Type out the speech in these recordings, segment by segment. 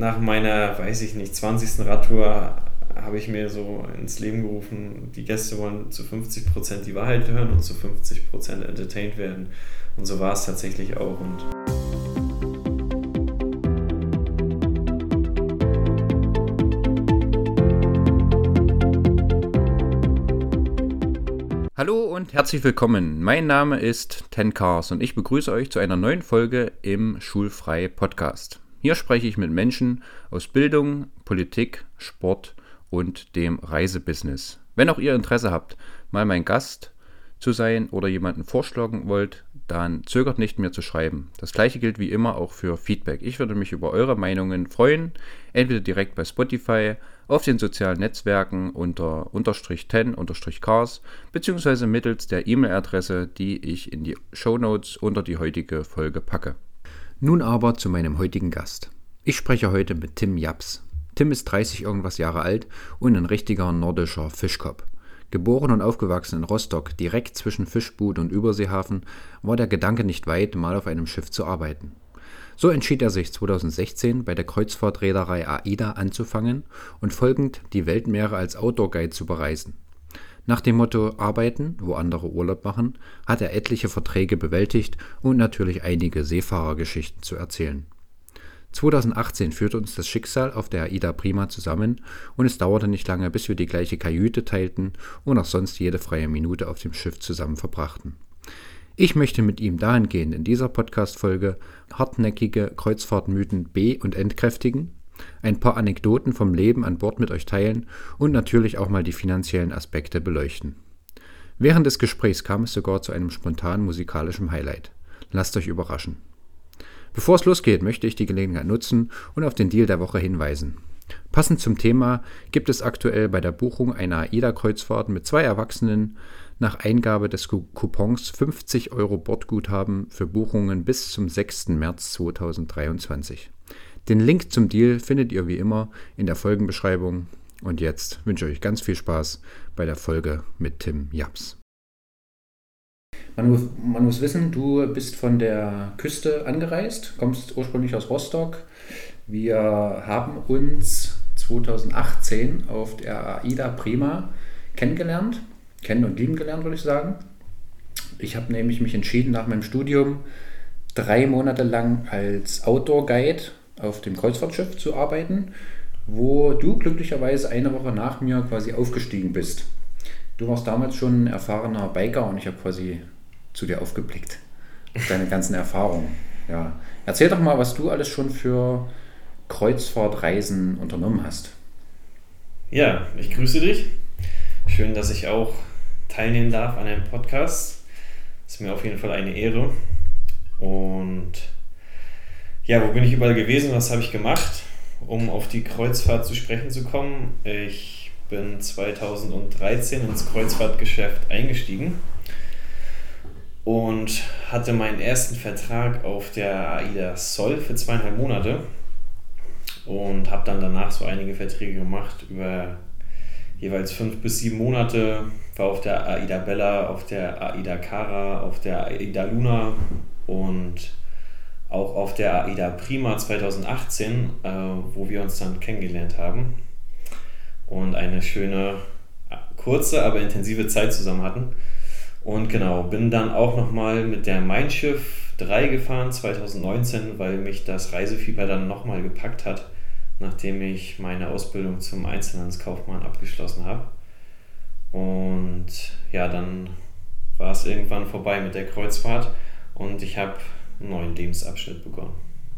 nach meiner, weiß ich nicht, 20. Radtour habe ich mir so ins Leben gerufen, die Gäste wollen zu 50% die Wahrheit hören und zu 50% entertained werden. Und so war es tatsächlich auch. Hallo und herzlich willkommen. Mein Name ist Ten Cars und ich begrüße euch zu einer neuen Folge im Schulfrei Podcast. Hier spreche ich mit Menschen aus Bildung, Politik, Sport und dem Reisebusiness. Wenn auch ihr Interesse habt, mal mein Gast zu sein oder jemanden vorschlagen wollt, dann zögert nicht, mir zu schreiben. Das gleiche gilt wie immer auch für Feedback. Ich würde mich über eure Meinungen freuen, entweder direkt bei Spotify, auf den sozialen Netzwerken unter _10_cars beziehungsweise mittels der E-Mail-Adresse, die ich in die Shownotes unter die heutige Folge packe. Nun aber zu meinem heutigen Gast. Ich spreche heute mit Tim Japs. Tim ist 30 irgendwas Jahre alt und ein richtiger nordischer Fischkopf. Geboren und aufgewachsen in Rostock, direkt zwischen Fischbude und Überseehafen, war der Gedanke nicht weit, mal auf einem Schiff zu arbeiten. So entschied er sich 2016 bei der Kreuzfahrtreederei AIDA anzufangen und folgend die Weltmeere als Outdoor-Guide zu bereisen. Nach dem Motto Arbeiten, wo andere Urlaub machen, hat er etliche Verträge bewältigt und natürlich einige Seefahrergeschichten zu erzählen. 2018 führte uns das Schicksal auf der AIDA Prima zusammen und es dauerte nicht lange, bis wir die gleiche Kajüte teilten und auch sonst jede freie Minute auf dem Schiff zusammen verbrachten. Ich möchte mit ihm dahingehend in dieser Podcast-Folge hartnäckige Kreuzfahrtmythen be- und entkräftigen, ein paar Anekdoten vom Leben an Bord mit euch teilen und natürlich auch mal die finanziellen Aspekte beleuchten. Während des Gesprächs kam es sogar zu einem spontanen musikalischen Highlight. Lasst euch überraschen. Bevor es losgeht, möchte ich die Gelegenheit nutzen und auf den Deal der Woche hinweisen. Passend zum Thema gibt es aktuell bei der Buchung einer AIDA-Kreuzfahrt mit 2 Erwachsenen nach Eingabe des Coupons 50 € Bordguthaben für Buchungen bis zum 6. März 2023. Den Link zum Deal findet ihr wie immer in der Folgenbeschreibung. Und jetzt wünsche ich euch ganz viel Spaß bei der Folge mit Tim Japs. Man muss wissen, du bist von der Küste angereist, kommst ursprünglich aus Rostock. Wir haben uns 2018 auf der AIDA Prima kennen und lieben gelernt, würde ich sagen. Ich habe nämlich mich entschieden, nach meinem Studium 3 Monate lang als Outdoor-Guide auf dem Kreuzfahrtschiff zu arbeiten, wo du glücklicherweise eine Woche nach mir quasi aufgestiegen bist. Du warst damals schon ein erfahrener Biker und ich habe quasi zu dir aufgeblickt, auf deine ganzen Erfahrungen. Ja. Erzähl doch mal, was du alles schon für Kreuzfahrtreisen unternommen hast. Ja, ich grüße dich. Schön, dass ich auch teilnehmen darf an einem Podcast. Ist mir auf jeden Fall eine Ehre. Und ja, wo bin ich überall gewesen? Was habe ich gemacht, um auf die Kreuzfahrt zu sprechen zu kommen? Ich bin 2013 ins Kreuzfahrtgeschäft eingestiegen und hatte meinen ersten Vertrag auf der AIDA Sol für 2,5 Monate und habe dann danach so einige Verträge gemacht über jeweils 5 bis 7 Monate, war auf der AIDA Bella, auf der AIDA Cara, auf der AIDA Luna und auch auf der AIDA Prima 2018, wo wir uns dann kennengelernt haben und eine schöne, kurze, aber intensive Zeit zusammen hatten. Und genau, bin dann auch nochmal mit der Mein Schiff 3 gefahren 2019, weil mich das Reisefieber dann nochmal gepackt hat, nachdem ich meine Ausbildung zum Einzelhandelskaufmann abgeschlossen habe. Und ja, dann war es irgendwann vorbei mit der Kreuzfahrt und ich habe einen neuen Lebensabschnitt begonnen.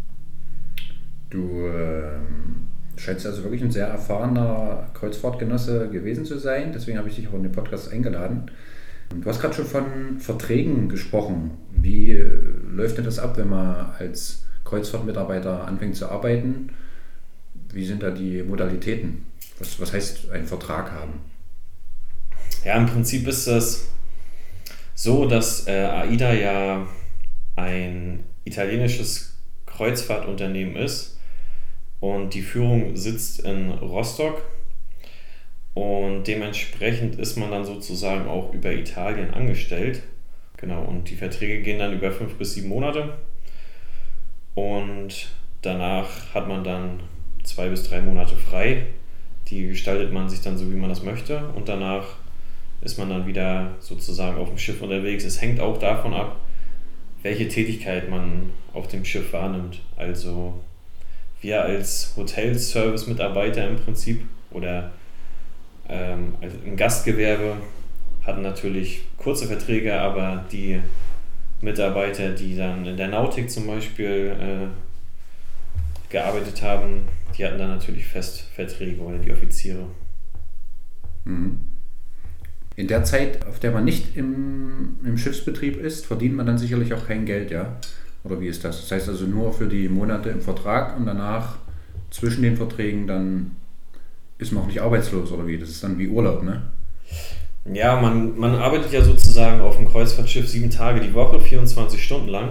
Du scheinst also wirklich ein sehr erfahrener Kreuzfahrtgenosse gewesen zu sein, deswegen habe ich dich auch in den Podcast eingeladen. Du hast gerade schon von Verträgen gesprochen. Wie läuft denn das ab, wenn man als Kreuzfahrtmitarbeiter anfängt zu arbeiten? Wie sind da die Modalitäten? Was heißt ein Vertrag haben? Ja, im Prinzip ist das so, dass AIDA ja ein italienisches Kreuzfahrtunternehmen ist und die Führung sitzt in Rostock. Und dementsprechend ist man dann sozusagen auch über Italien angestellt. Genau, und die Verträge gehen dann über 5 bis 7 Monate. Und danach hat man dann 2 bis 3 Monate frei. Die gestaltet man sich dann so, wie man das möchte, und danach ist man dann wieder sozusagen auf dem Schiff unterwegs. Es hängt auch davon ab, welche Tätigkeit man auf dem Schiff wahrnimmt. Also wir als Hotelservice-Mitarbeiter im Prinzip oder also im Gastgewerbe hatten natürlich kurze Verträge, aber die Mitarbeiter, die dann in der Nautik zum Beispiel gearbeitet haben, die hatten dann natürlich Festverträge oder die Offiziere. Mhm. In der Zeit, auf der man nicht im Schiffsbetrieb ist, verdient man dann sicherlich auch kein Geld, ja? Oder wie ist das? Das heißt also nur für die Monate im Vertrag und danach zwischen den Verträgen dann ist man auch nicht arbeitslos oder wie? Das ist dann wie Urlaub, ne? Ja, man arbeitet ja sozusagen auf dem Kreuzfahrtschiff 7 Tage die Woche, 24 Stunden lang.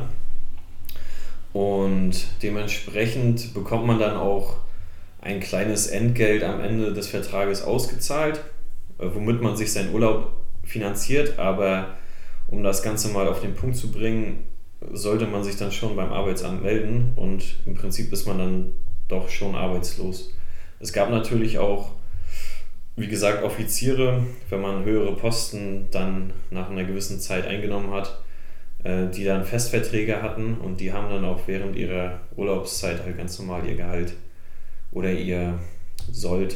Und dementsprechend bekommt man dann auch ein kleines Entgelt am Ende des Vertrages ausgezahlt, womit man sich seinen Urlaub finanziert. Aber um das Ganze mal auf den Punkt zu bringen, sollte man sich dann schon beim Arbeitsamt melden und im Prinzip ist man dann doch schon arbeitslos. Es gab natürlich auch, wie gesagt, Offiziere, wenn man höhere Posten dann nach einer gewissen Zeit eingenommen hat, die dann Festverträge hatten und die haben dann auch während ihrer Urlaubszeit halt ganz normal ihr Gehalt oder ihr Sold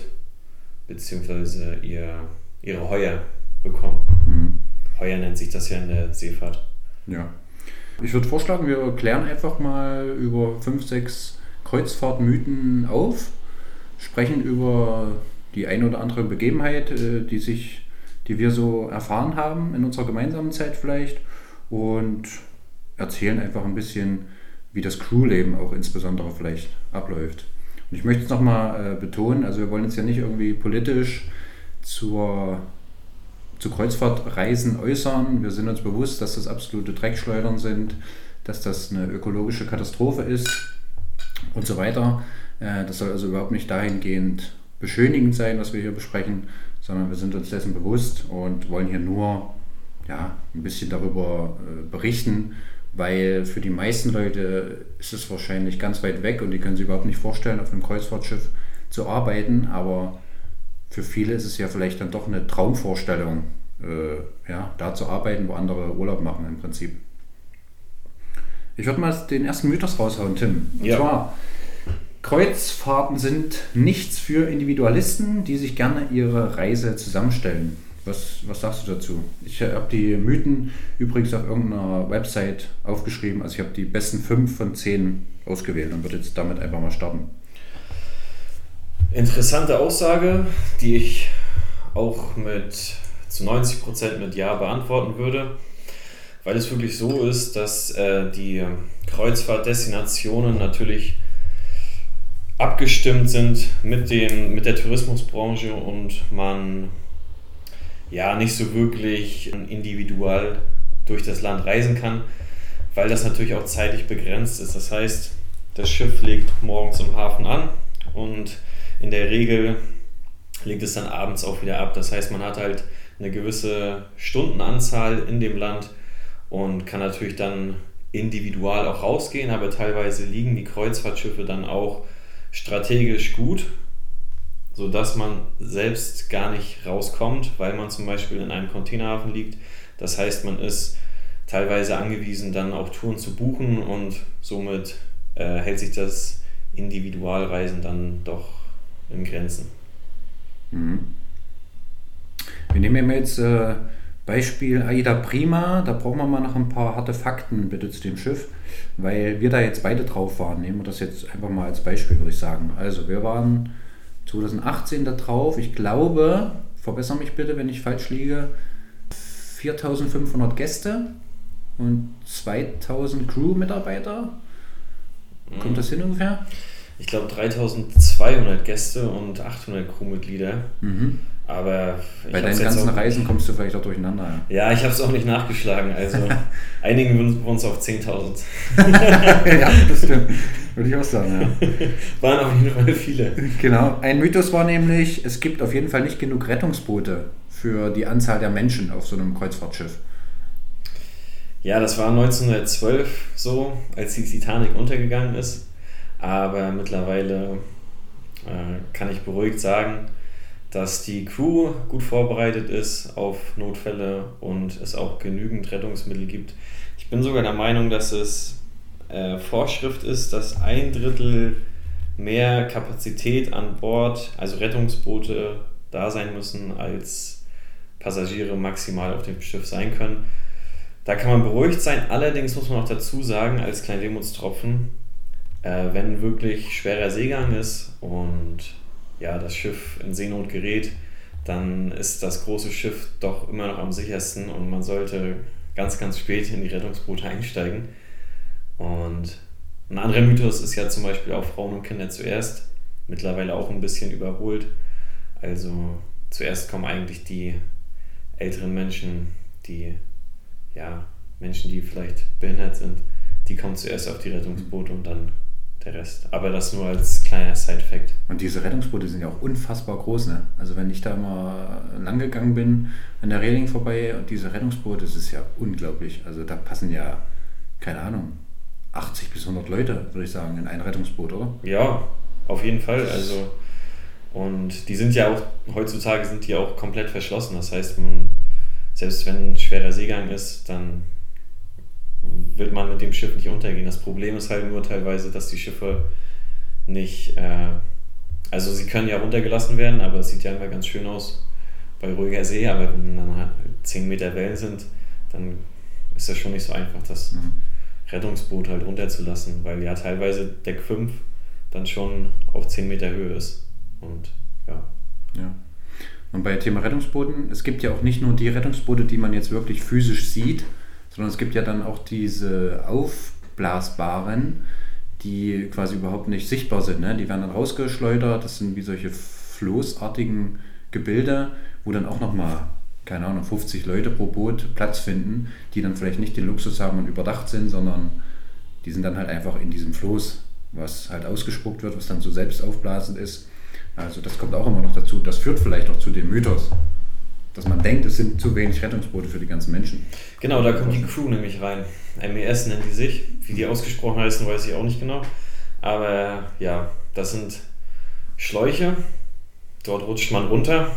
bzw. ihre Heuer bekommen. Mhm. Heuer nennt sich das ja in der Seefahrt. Ja. Ich würde vorschlagen, wir klären einfach mal über 5, 6 Kreuzfahrtmythen auf, sprechen über die ein oder andere Begebenheit, die wir so erfahren haben in unserer gemeinsamen Zeit vielleicht und erzählen einfach ein bisschen, wie das Crewleben auch insbesondere vielleicht abläuft. Und ich möchte es nochmal betonen, also wir wollen jetzt ja nicht irgendwie politisch zu Kreuzfahrtreisen äußern. Wir sind uns bewusst, dass das absolute Dreckschleudern sind, dass das eine ökologische Katastrophe ist und so weiter. Das soll also überhaupt nicht dahingehend beschönigend sein, was wir hier besprechen, sondern wir sind uns dessen bewusst und wollen hier nur ein bisschen darüber berichten, weil für die meisten Leute ist es wahrscheinlich ganz weit weg und die können sich überhaupt nicht vorstellen, auf einem Kreuzfahrtschiff zu arbeiten, aber für viele ist es ja vielleicht dann doch eine Traumvorstellung, da zu arbeiten, wo andere Urlaub machen im Prinzip. Ich würde mal den ersten Mythos raushauen, Tim. Und zwar, Kreuzfahrten sind nichts für Individualisten, die sich gerne ihre Reise zusammenstellen. Was sagst du dazu? Ich habe die Mythen übrigens auf irgendeiner Website aufgeschrieben. Also ich habe die besten 5 von 10 ausgewählt und würde jetzt damit einfach mal starten. Interessante Aussage, die ich auch zu 90% mit Ja beantworten würde, weil es wirklich so ist, dass die Kreuzfahrtdestinationen natürlich abgestimmt sind mit der Tourismusbranche und man nicht so wirklich individual durch das Land reisen kann, weil das natürlich auch zeitlich begrenzt ist. Das heißt, das Schiff legt morgens im Hafen an und in der Regel legt es dann abends auch wieder ab. Das heißt, man hat halt eine gewisse Stundenanzahl in dem Land und kann natürlich dann individual auch rausgehen, aber teilweise liegen die Kreuzfahrtschiffe dann auch strategisch gut, sodass man selbst gar nicht rauskommt, weil man zum Beispiel in einem Containerhafen liegt. Das heißt, man ist teilweise angewiesen, dann auch Touren zu buchen und somit hält sich das Individualreisen dann doch in Grenzen. Mhm. Wir nehmen jetzt Beispiel Aida Prima, da brauchen wir mal noch ein paar harte Fakten bitte zu dem Schiff, weil wir da jetzt beide drauf waren. Nehmen wir das jetzt einfach mal als Beispiel, würde ich sagen. Also wir waren 2018 da drauf, ich glaube, verbessere mich bitte, wenn ich falsch liege, 4.500 Gäste und 2.000 Crew-Mitarbeiter. Kommt das hin ungefähr? Ich glaube 3.200 Gäste und 800 Crewmitglieder. Mhm. Aber bei deinen ganzen Reisen kommst du vielleicht auch durcheinander. Ja, ich habe es auch nicht nachgeschlagen. Also einigen wir uns auf 10.000. Ja, das stimmt. Würde ich auch sagen, ja. Waren auf jeden Fall viele. Genau. Ein Mythos war nämlich, es gibt auf jeden Fall nicht genug Rettungsboote für die Anzahl der Menschen auf so einem Kreuzfahrtschiff. Ja, das war 1912 so, als die Titanic untergegangen ist. Aber mittlerweile kann ich beruhigt sagen, dass die Crew gut vorbereitet ist auf Notfälle und es auch genügend Rettungsmittel gibt. Ich bin sogar der Meinung, dass es Vorschrift ist, dass 1/3 mehr Kapazität an Bord, also Rettungsboote, da sein müssen, als Passagiere maximal auf dem Schiff sein können. Da kann man beruhigt sein. Allerdings muss man auch dazu sagen, als kleinen Wermutstropfen, wenn wirklich schwerer Seegang ist und ja, das Schiff in Seenot gerät, dann ist das große Schiff doch immer noch am sichersten und man sollte ganz, ganz spät in die Rettungsboote einsteigen. Und ein anderer Mythos ist ja zum Beispiel auch Frauen und Kinder zuerst, mittlerweile auch ein bisschen überholt. Also zuerst kommen eigentlich die älteren Menschen, Menschen, die vielleicht behindert sind, die kommen zuerst auf die Rettungsboote und dann der Rest. Aber das nur als kleiner Side-Fact. Und diese Rettungsboote sind ja auch unfassbar groß, ne? Also wenn ich da mal lang gegangen bin, an der Reling vorbei und diese Rettungsboote, das ist ja unglaublich. Also da passen ja, keine Ahnung, 80 bis 100 Leute, würde ich sagen, in ein Rettungsboot, oder? Ja, auf jeden Fall. Also, und die sind ja auch, heutzutage sind die auch komplett verschlossen. Das heißt, selbst wenn ein schwerer Seegang ist, dann wird man mit dem Schiff nicht untergehen. Das Problem ist halt nur teilweise, dass die Schiffe nicht, also sie können ja runtergelassen werden, aber es sieht ja immer ganz schön aus bei ruhiger See, aber wenn dann halt 10 Meter Wellen sind, dann ist das schon nicht so einfach, das Rettungsboot halt runterzulassen, weil ja teilweise Deck 5 dann schon auf 10 Meter Höhe ist. Und ja. Und bei Thema Rettungsbooten, es gibt ja auch nicht nur die Rettungsboote, die man jetzt wirklich physisch sieht, sondern es gibt ja dann auch diese aufblasbaren, die quasi überhaupt nicht sichtbar sind. Ne? Die werden dann rausgeschleudert, das sind wie solche floßartigen Gebilde, wo dann auch nochmal, keine Ahnung, 50 Leute pro Boot Platz finden, die dann vielleicht nicht den Luxus haben und überdacht sind, sondern die sind dann halt einfach in diesem Floß, was halt ausgespuckt wird, was dann so selbst aufblasend ist. Also das kommt auch immer noch dazu. Das führt vielleicht auch zu dem Mythos, dass man denkt, es sind zu wenig Rettungsboote für die ganzen Menschen. Genau, da kommt die Crew nämlich rein. MES nennen die sich. Wie die ausgesprochen heißen, weiß ich auch nicht genau. Aber ja, das sind Schläuche. Dort rutscht man runter.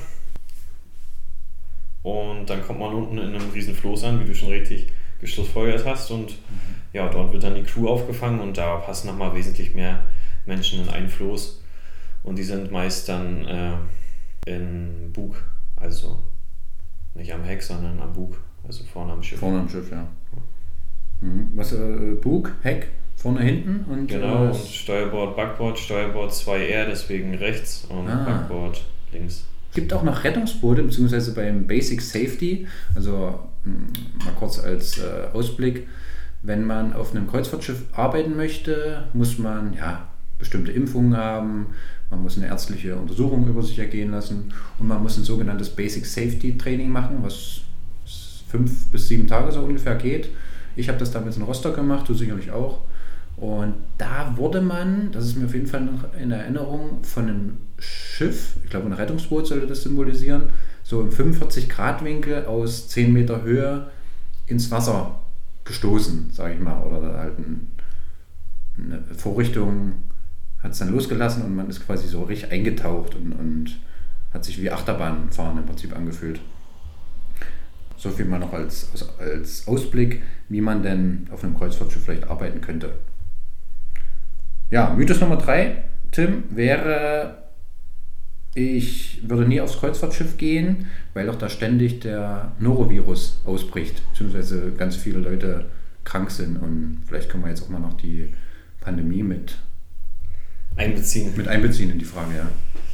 Und dann kommt man unten in einem riesen Floß an, wie du schon richtig geschlussfolgert hast. Und ja, dort wird dann die Crew aufgefangen und da passen nochmal wesentlich mehr Menschen in ein Floß. Und die sind meist dann in Bug, also nicht am Heck, sondern am Bug, also vorne am Schiff. Vorne am Schiff, ja. Was, Bug, Heck, vorne, hinten? Und, genau, und Steuerbord, Backbord, Steuerbord 2R, deswegen rechts und Backbord links. Es gibt auch noch Rettungsboote, beziehungsweise beim Basic Safety, also mal kurz als Ausblick, wenn man auf einem Kreuzfahrtschiff arbeiten möchte, muss man bestimmte Impfungen haben, man muss eine ärztliche Untersuchung über sich ergehen lassen und man muss ein sogenanntes Basic Safety Training machen, was 5 bis 7 Tage so ungefähr geht. Ich habe das damals in Rostock gemacht, du sicherlich auch. Und da wurde man, das ist mir auf jeden Fall noch in Erinnerung, von einem Schiff, ich glaube ein Rettungsboot sollte das symbolisieren, so im 45-Grad-Winkel aus 10 Meter Höhe ins Wasser gestoßen, sage ich mal, oder halt eine Vorrichtung hat es dann losgelassen und man ist quasi so richtig eingetaucht und hat sich wie Achterbahnfahren im Prinzip angefühlt. So viel mal noch als Ausblick, wie man denn auf einem Kreuzfahrtschiff vielleicht arbeiten könnte. Ja, Mythos Nummer 3, Tim, wäre, ich würde nie aufs Kreuzfahrtschiff gehen, weil doch da ständig der Norovirus ausbricht, beziehungsweise ganz viele Leute krank sind und vielleicht können wir jetzt auch mal noch die Pandemie mit einbeziehen in die Frage, ja.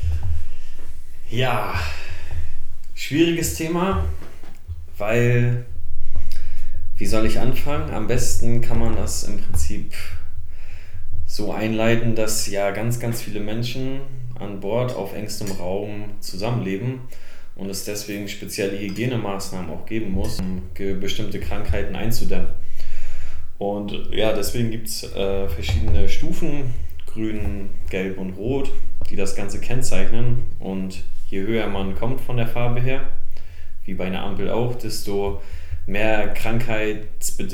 Ja, schwieriges Thema, weil, wie soll ich anfangen? Am besten kann man das im Prinzip so einleiten, dass ja ganz, ganz viele Menschen an Bord auf engstem Raum zusammenleben und es deswegen spezielle Hygienemaßnahmen auch geben muss, um bestimmte Krankheiten einzudämmen. Und ja, deswegen gibt es verschiedene Stufen, grün, gelb und rot, die das Ganze kennzeichnen. Und je höher man kommt von der Farbe her, wie bei einer Ampel auch, desto mehr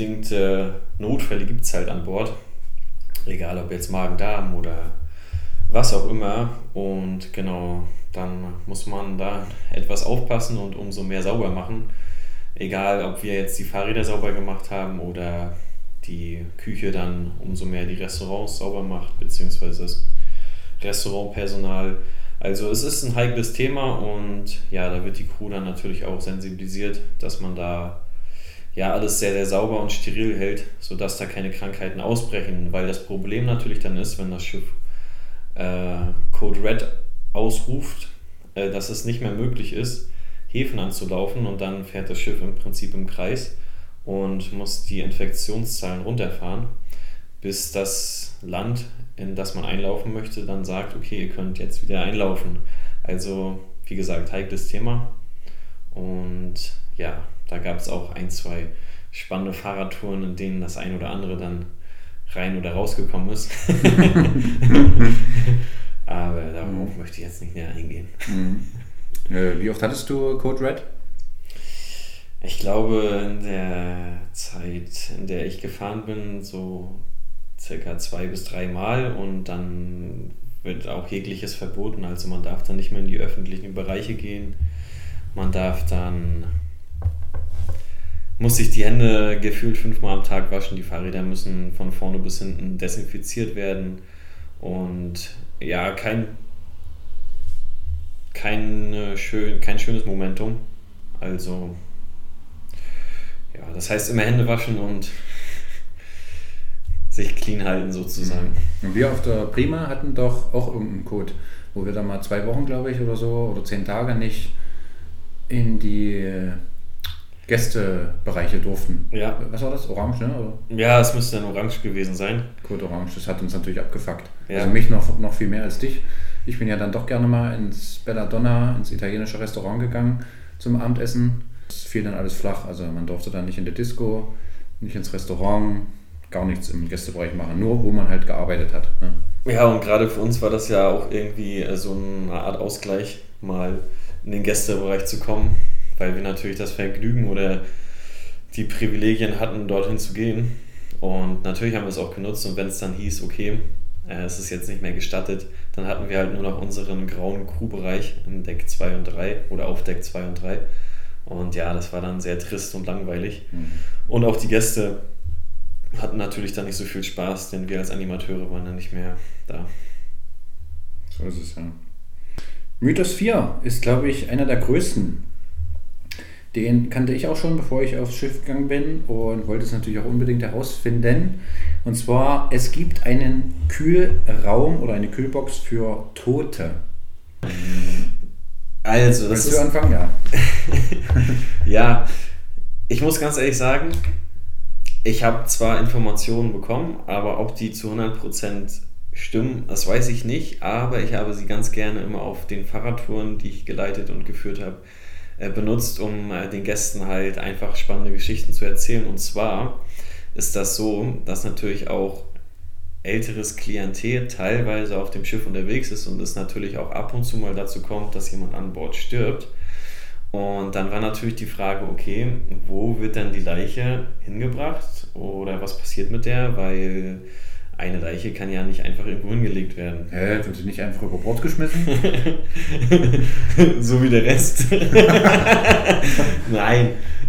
krankheitsbedingte Notfälle gibt es halt an Bord. Egal ob jetzt Magen-Darm oder was auch immer. Und genau, dann muss man da etwas aufpassen und umso mehr sauber machen. Egal, ob wir jetzt die Fahrräder sauber gemacht haben oder die Küche dann umso mehr die Restaurants sauber macht, beziehungsweise das Restaurantpersonal. Also es ist ein heikles Thema und ja, da wird die Crew dann natürlich auch sensibilisiert, dass man da ja alles sehr, sehr sauber und steril hält, sodass da keine Krankheiten ausbrechen, weil das Problem natürlich dann ist, wenn das Schiff Code Red ausruft, dass es nicht mehr möglich ist, Häfen anzulaufen und dann fährt das Schiff im Prinzip im Kreis und muss die Infektionszahlen runterfahren, bis das Land, in das man einlaufen möchte, dann sagt, okay, ihr könnt jetzt wieder einlaufen. Also, wie gesagt, heikles Thema. Und ja, da gab es auch 1, 2 spannende Fahrradtouren, in denen das ein oder andere dann rein oder rausgekommen ist. Aber darauf möchte ich jetzt nicht näher eingehen. Wie oft hattest du Code Red? Ich glaube, in der Zeit, in der ich gefahren bin, so circa 2 bis 3 Mal und dann wird auch jegliches verboten. Also man darf dann nicht mehr in die öffentlichen Bereiche gehen. Man darf dann, muss sich die Hände gefühlt 5-mal am Tag waschen. Die Fahrräder müssen von vorne bis hinten desinfiziert werden und ja, kein schönes Momentum. Also ja, das heißt immer Hände waschen und sich clean halten sozusagen. Und wir auf der Prima hatten doch auch irgendeinen Code, wo wir dann mal 2 Wochen, glaube ich, oder so, oder 10 Tage nicht in die Gästebereiche durften. Ja. Was war das? Orange, ne? Oder? Ja, es müsste dann orange gewesen sein. Code Orange, das hat uns natürlich abgefuckt. Ja. Also mich noch viel mehr als dich. Ich bin ja dann doch gerne mal ins Belladonna, ins italienische Restaurant gegangen zum Abendessen. Es fiel dann alles flach, also man durfte dann nicht in der Disco, nicht ins Restaurant, gar nichts im Gästebereich machen, nur wo man halt gearbeitet hat. Ne? Ja, und gerade für uns war das ja auch irgendwie so eine Art Ausgleich, mal in den Gästebereich zu kommen, weil wir natürlich das Vergnügen oder die Privilegien hatten, dorthin zu gehen. Und natürlich haben wir es auch genutzt und wenn es dann hieß, okay, es ist jetzt nicht mehr gestattet, dann hatten wir halt nur noch unseren grauen Crewbereich im Deck 2 und 3 oder auf Deck 2 und 3. Und ja, das war dann sehr trist und langweilig. Und auch die Gäste hatten natürlich dann nicht so viel Spaß, denn wir als Animateure waren dann nicht mehr da. So ist es, ja. Mythos 4 ist, glaube ich, einer der größten. Den kannte ich auch schon, bevor ich aufs Schiff gegangen bin und wollte es natürlich auch unbedingt herausfinden. Und zwar, es gibt einen Kühlraum oder eine Kühlbox für Tote. Also, das Willst du anfangen? Ja. Ja, ich muss ganz ehrlich sagen, ich habe zwar Informationen bekommen, aber ob die zu 100% stimmen, das weiß ich nicht, aber ich habe sie ganz gerne immer auf den Fahrradtouren, die ich geleitet und geführt habe, benutzt, um den Gästen halt einfach spannende Geschichten zu erzählen. Und zwar ist das so, dass natürlich auch älteres Klientel teilweise auf dem Schiff unterwegs ist und es natürlich auch ab und zu mal dazu kommt, dass jemand an Bord stirbt. Und dann war natürlich die Frage, okay, wo wird dann die Leiche hingebracht oder was passiert mit der, weil eine Leiche kann ja nicht einfach irgendwo hingelegt werden. Wird sie nicht einfach über Bord geschmissen? So wie der Rest. Nein.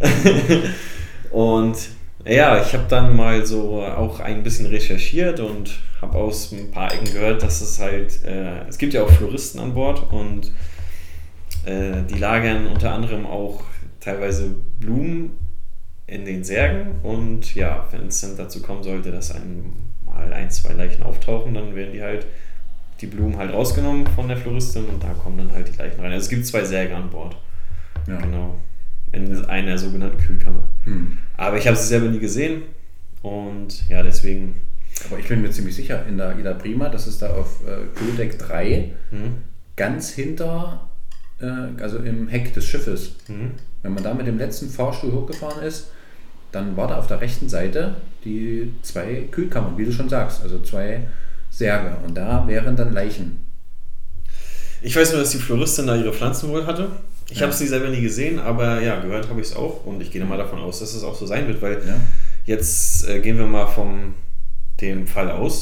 Und ja, ich habe dann mal so auch ein bisschen recherchiert und habe aus ein paar Ecken gehört, dass es halt, es gibt ja auch Floristen an Bord und die lagern unter anderem auch teilweise Blumen in den Särgen und ja, wenn es dann dazu kommen sollte, dass mal 1, 2 Leichen auftauchen, dann werden die Blumen halt rausgenommen von der Floristin und da kommen dann halt die Leichen rein. Also es gibt 2 Särge an Bord. Ja. Genau. In einer sogenannten Kühlkammer. Aber ich habe sie selber nie gesehen und ja, deswegen. Aber ich bin mir ziemlich sicher, in der Ida Prima, das ist da auf Kühldeck 3, ganz hinter, also im Heck des Schiffes. Wenn man da mit dem letzten Fahrstuhl hochgefahren ist, dann war da auf der rechten Seite die 2 Kühlkammern, wie du schon sagst, also 2 Särge und da wären dann Leichen. Ich weiß nur, dass die Floristin da ihre Pflanzen wohl hatte. Ich habe sie selber nie gesehen, aber ja, gehört habe ich es auch und ich gehe mal davon aus, dass es auch so sein wird, weil jetzt gehen wir mal von dem Fall aus,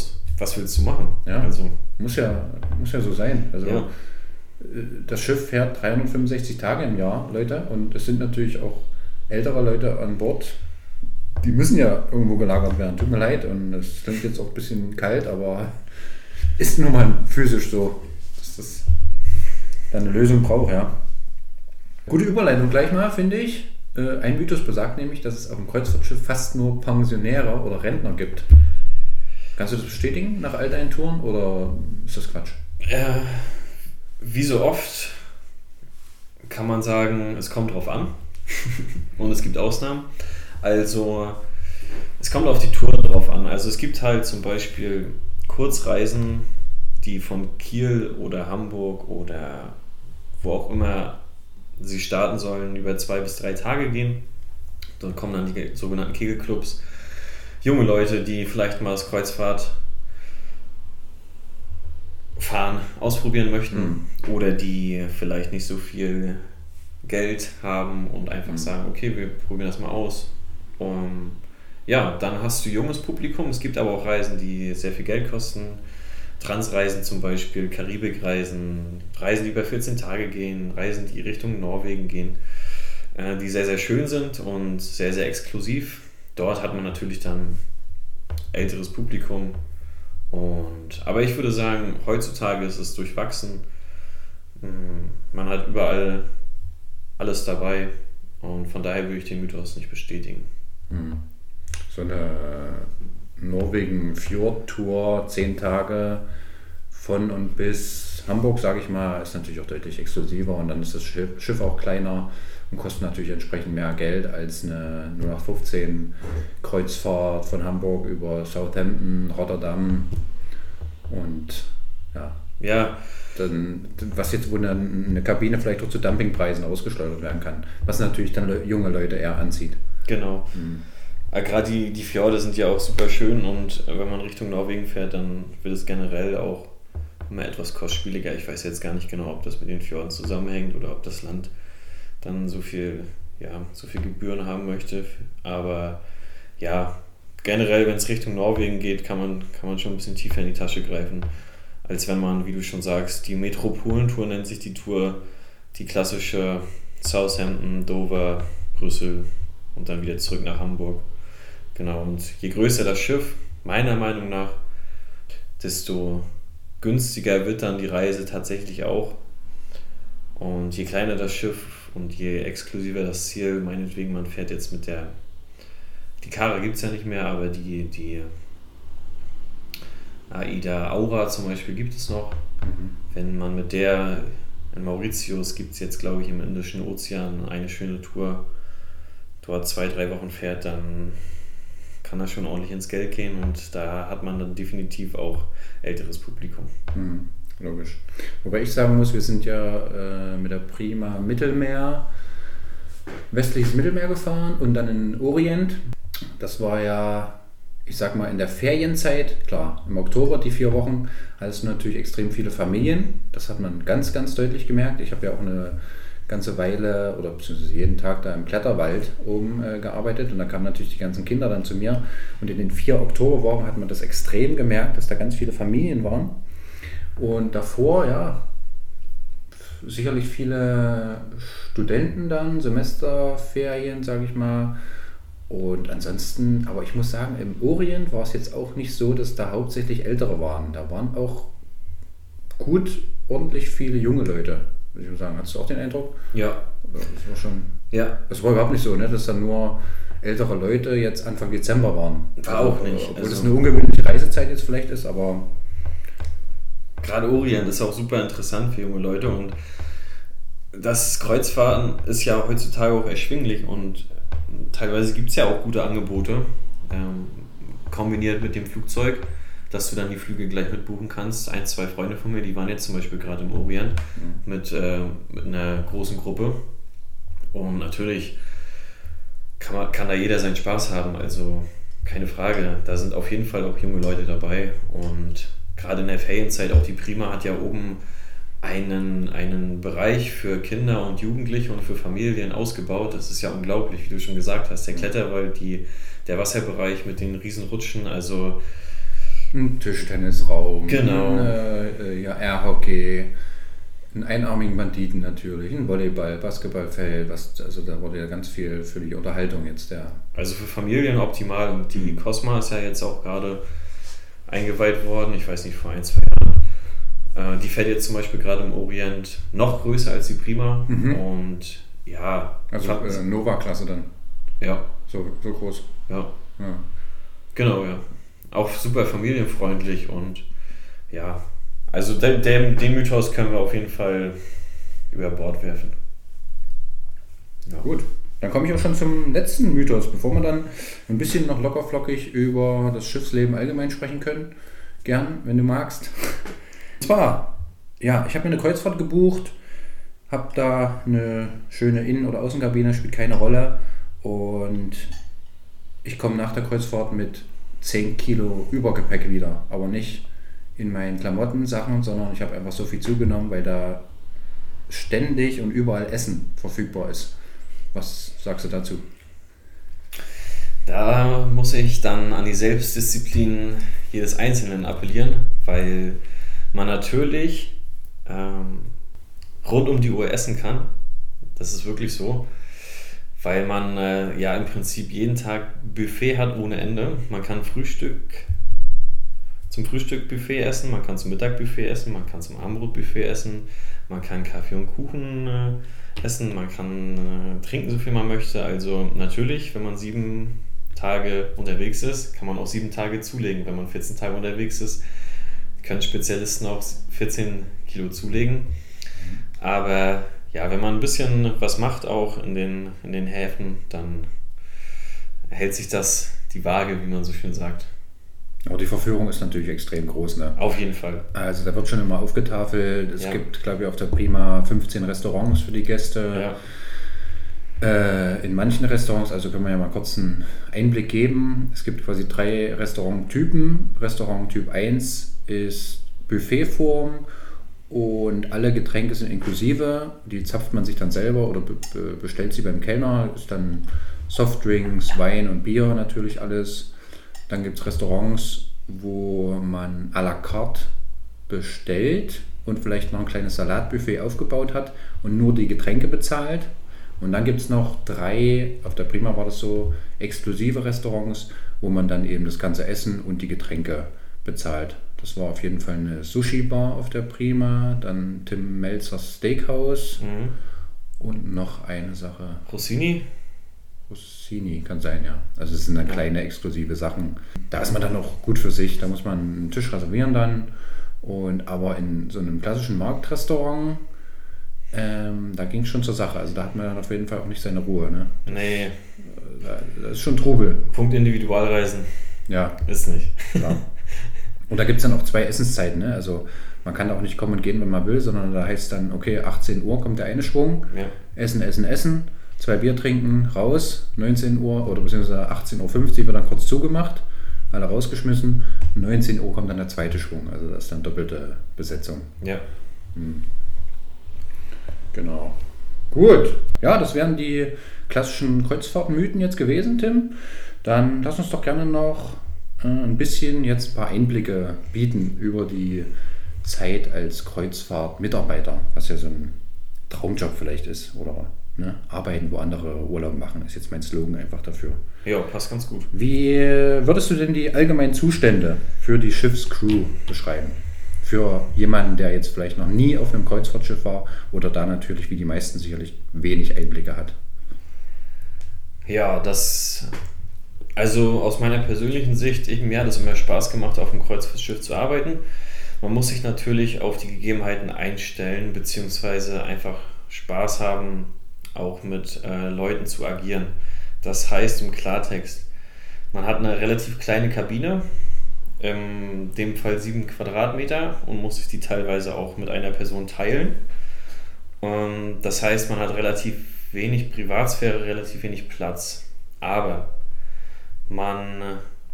was willst du machen? Ja, also muss ja so sein. Also ja. Das Schiff fährt 365 Tage im Jahr, Leute, und es sind natürlich auch ältere Leute an Bord, die müssen ja irgendwo gelagert werden. Tut mir leid, und es klingt jetzt auch ein bisschen kalt, aber ist nun mal physisch so, dass das dann eine Lösung braucht, ja. Gute Überleitung gleich mal, finde ich. Ein Mythos besagt nämlich, dass es auf dem Kreuzfahrtschiff fast nur Pensionäre oder Rentner gibt. Kannst du das bestätigen nach all deinen Touren oder ist das Quatsch? Wie so oft kann man sagen, es kommt drauf an und es gibt Ausnahmen. Also es kommt auf die Tour drauf an. Also es gibt halt zum Beispiel Kurzreisen, die von Kiel oder Hamburg oder wo auch immer sie starten sollen, über 2 bis 3 Tage gehen. Dort kommen dann die sogenannten Kegelclubs. Junge Leute, die vielleicht mal das Kreuzfahrtfahren ausprobieren möchten oder die vielleicht nicht so viel Geld haben und einfach sagen, okay, wir probieren das mal aus. Ja, dann hast du junges Publikum. Es gibt aber auch Reisen, die sehr viel Geld kosten. Transreisen zum Beispiel, Karibikreisen, Reisen, die über 14 Tage gehen, Reisen, die Richtung Norwegen gehen, die sehr, sehr schön sind und sehr, sehr exklusiv. Dort hat man natürlich dann älteres Publikum. Aber ich würde sagen, heutzutage ist es durchwachsen. Man hat überall alles dabei und von daher würde ich den Mythos nicht bestätigen. So eine Norwegen-Fjord-Tour, 10 Tage von und bis Hamburg, sage ich mal, ist natürlich auch deutlich exklusiver und dann ist das Schiff auch kleiner und kostet natürlich entsprechend mehr Geld als eine 0815 Kreuzfahrt von Hamburg über Southampton, Rotterdam und ja. Dann, wo eine Kabine vielleicht auch zu Dumpingpreisen ausgeschleudert werden kann, was natürlich dann junge Leute eher anzieht. Genau. Gerade die Fjorde sind ja auch super schön und wenn man Richtung Norwegen fährt, dann wird es generell auch immer etwas kostspieliger. Ich weiß jetzt gar nicht genau, ob das mit den Fjorden zusammenhängt oder ob das Land dann so viel Gebühren haben möchte. Aber ja, generell, wenn es Richtung Norwegen geht, kann man schon ein bisschen tiefer in die Tasche greifen, als wenn man, wie du schon sagst, die Metropolentour nennt sich die Tour, die klassische Southampton, Dover, Brüssel und dann wieder zurück nach Hamburg. Genau, und je größer das Schiff, meiner Meinung nach, desto günstiger wird dann die Reise tatsächlich auch. Und je kleiner das Schiff und je exklusiver das Ziel, meinetwegen, man fährt jetzt mit die Kara gibt es ja nicht mehr, aber die Aida Aura zum Beispiel gibt es noch. Wenn man mit der in Mauritius gibt es jetzt, glaube ich, im Indischen Ozean eine schöne Tour, dort 2-3 Wochen fährt, dann kann das schon ordentlich ins Geld gehen und da hat man dann definitiv auch älteres Publikum. Logisch. Wobei ich sagen muss, wir sind ja mit der Prima westliches Mittelmeer gefahren und dann in Orient. Das war ja, ich sag mal, in der Ferienzeit, klar, im Oktober, die 4 Wochen, hattest du natürlich extrem viele Familien. Das hat man ganz, ganz deutlich gemerkt. Ich habe ja auch eine ganze Weile oder beziehungsweise jeden Tag da im Kletterwald oben gearbeitet und da kamen natürlich die ganzen Kinder dann zu mir und in den 4 Oktoberwochen hat man das extrem gemerkt, dass da ganz viele Familien waren und davor, ja, sicherlich viele Studenten dann, Semesterferien, sage ich mal. Und ansonsten, aber ich muss sagen, im Orient war es jetzt auch nicht so, dass da hauptsächlich Ältere waren. Da waren auch ordentlich viele junge Leute, würde ich mal sagen. Hattest du auch den Eindruck? Ja. Das war schon. Ja. Das war überhaupt nicht so, ne, dass da nur ältere Leute jetzt Anfang Dezember waren. War auch nicht. Obwohl das eine ungewöhnliche Reisezeit jetzt vielleicht ist, aber. Gerade Orient ist auch super interessant für junge Leute und das Kreuzfahrten ist ja heutzutage auch erschwinglich und teilweise gibt es ja auch gute Angebote, kombiniert mit dem Flugzeug, dass du dann die Flüge gleich mitbuchen kannst. 1-2 Freunde von mir, die waren jetzt zum Beispiel gerade im Orient mit einer großen Gruppe und natürlich kann da jeder seinen Spaß haben, also keine Frage, da sind auf jeden Fall auch junge Leute dabei und gerade in der Ferienzeit, auch die Prima hat ja oben einen Bereich für Kinder und Jugendliche und für Familien ausgebaut. Das ist ja unglaublich, wie du schon gesagt hast. Der Kletterwald, der Wasserbereich mit den Riesenrutschen, also Ein Tischtennisraum, Genau. Airhockey, einen einarmigen Banditen natürlich, ein Volleyball, Basketballfeld, also da wurde ja ganz viel für die Unterhaltung jetzt, ja. Also für Familien optimal. Und die Cosma ist ja jetzt auch gerade eingeweiht worden, ich weiß nicht, vor 1-2 Jahren. Die fährt jetzt zum Beispiel gerade im Orient noch größer als die Prima. Und ja. Also Nova-Klasse dann. Ja. So groß. Ja. Ja. Genau, ja. Auch super familienfreundlich und ja. Also den Mythos können wir auf jeden Fall über Bord werfen. Ja. Gut. Dann komme ich auch schon zum letzten Mythos, bevor wir dann ein bisschen noch lockerflockig über das Schiffsleben allgemein sprechen können. Gern, wenn du magst. Und zwar, ja, ich habe mir eine Kreuzfahrt gebucht, habe da eine schöne Innen- oder Außenkabine, spielt keine Rolle. Und ich komme nach der Kreuzfahrt mit 10 Kilo Übergepäck wieder, aber nicht in meinen Klamottensachen, sondern ich habe einfach so viel zugenommen, weil da ständig und überall Essen verfügbar ist. Was sagst du dazu? Da muss ich dann an die Selbstdisziplin jedes Einzelnen appellieren, weil man natürlich rund um die Uhr essen kann. Das ist wirklich so, weil man im Prinzip jeden Tag Buffet hat ohne Ende. Man kann zum Frühstück-Buffet essen, man kann zum Mittag-Buffet essen, man kann zum Abendbrot-Buffet essen, man kann Kaffee und Kuchen essen, man kann trinken, so viel man möchte. Also natürlich, wenn man 7 Tage unterwegs ist, kann man auch 7 Tage zulegen. Wenn man 14 Tage unterwegs ist, können Spezialisten auch 14 Kilo zulegen. Aber ja, wenn man ein bisschen was macht, auch in den Häfen, dann hält sich das die Waage, wie man so schön sagt. Aber die Verführung ist natürlich extrem groß, ne? Auf jeden Fall. Also da wird schon immer aufgetafelt. Es gibt, glaube ich, auf der Prima 15 Restaurants für die Gäste. Ja. In manchen Restaurants, also können wir ja mal kurz einen Einblick geben. Es gibt quasi 3 Restauranttypen. Restaurant Typ 1 ist Buffetform und alle Getränke sind inklusive. Die zapft man sich dann selber oder bestellt sie beim Kellner. Ist dann Softdrinks, Wein und Bier natürlich alles. Dann gibt es Restaurants, wo man à la carte bestellt und vielleicht noch ein kleines Salatbuffet aufgebaut hat und nur die Getränke bezahlt. Und dann gibt es noch 3, auf der Prima war das so, exklusive Restaurants, wo man dann eben das ganze Essen und die Getränke bezahlt. Das war auf jeden Fall eine Sushi-Bar auf der Prima, dann Tim Melzers Steakhouse und noch eine Sache. Rossini kann sein, ja. Also es sind dann kleine exklusive Sachen. Da ist man dann auch gut für sich. Da muss man einen Tisch reservieren dann. Aber in so einem klassischen Marktrestaurant, da ging es schon zur Sache. Also da hat man dann auf jeden Fall auch nicht seine Ruhe. Ne? Nee. Das ist schon Trubel. Punkt Individualreisen. Ja. Ist nicht. Ja. Und da gibt es dann auch 2 Essenszeiten. Ne? Also man kann auch nicht kommen und gehen, wenn man will, sondern da heißt dann, okay, 18 Uhr kommt der eine Schwung. Ja. Essen. 2 Bier trinken, raus, 19 Uhr oder beziehungsweise 18.50 Uhr wird dann kurz zugemacht, alle rausgeschmissen, 19 Uhr kommt dann der zweite Schwung, also das ist dann doppelte Besetzung. Ja. Genau. Gut, ja, das wären die klassischen Kreuzfahrtmythen jetzt gewesen, Tim. Dann lass uns doch gerne noch ein bisschen jetzt ein paar Einblicke bieten über die Zeit als Kreuzfahrtmitarbeiter, was ja so ein Traumjob vielleicht ist, oder? Ne? Arbeiten, wo andere Urlaub machen, ist jetzt mein Slogan einfach dafür. Ja, passt ganz gut. Wie würdest du denn die allgemeinen Zustände für die Schiffscrew beschreiben? Für jemanden, der jetzt vielleicht noch nie auf einem Kreuzfahrtschiff war oder da natürlich, wie die meisten sicherlich, wenig Einblicke hat. Ja, also aus meiner persönlichen Sicht, mir hat es immer Spaß gemacht, auf einem Kreuzfahrtschiff zu arbeiten. Man muss sich natürlich auf die Gegebenheiten einstellen, beziehungsweise einfach Spaß haben, auch mit Leuten zu agieren. Das heißt im Klartext, man hat eine relativ kleine Kabine, in dem Fall 7 Quadratmeter und muss sich die teilweise auch mit einer Person teilen. Das heißt, man hat relativ wenig Privatsphäre, relativ wenig Platz. Aber man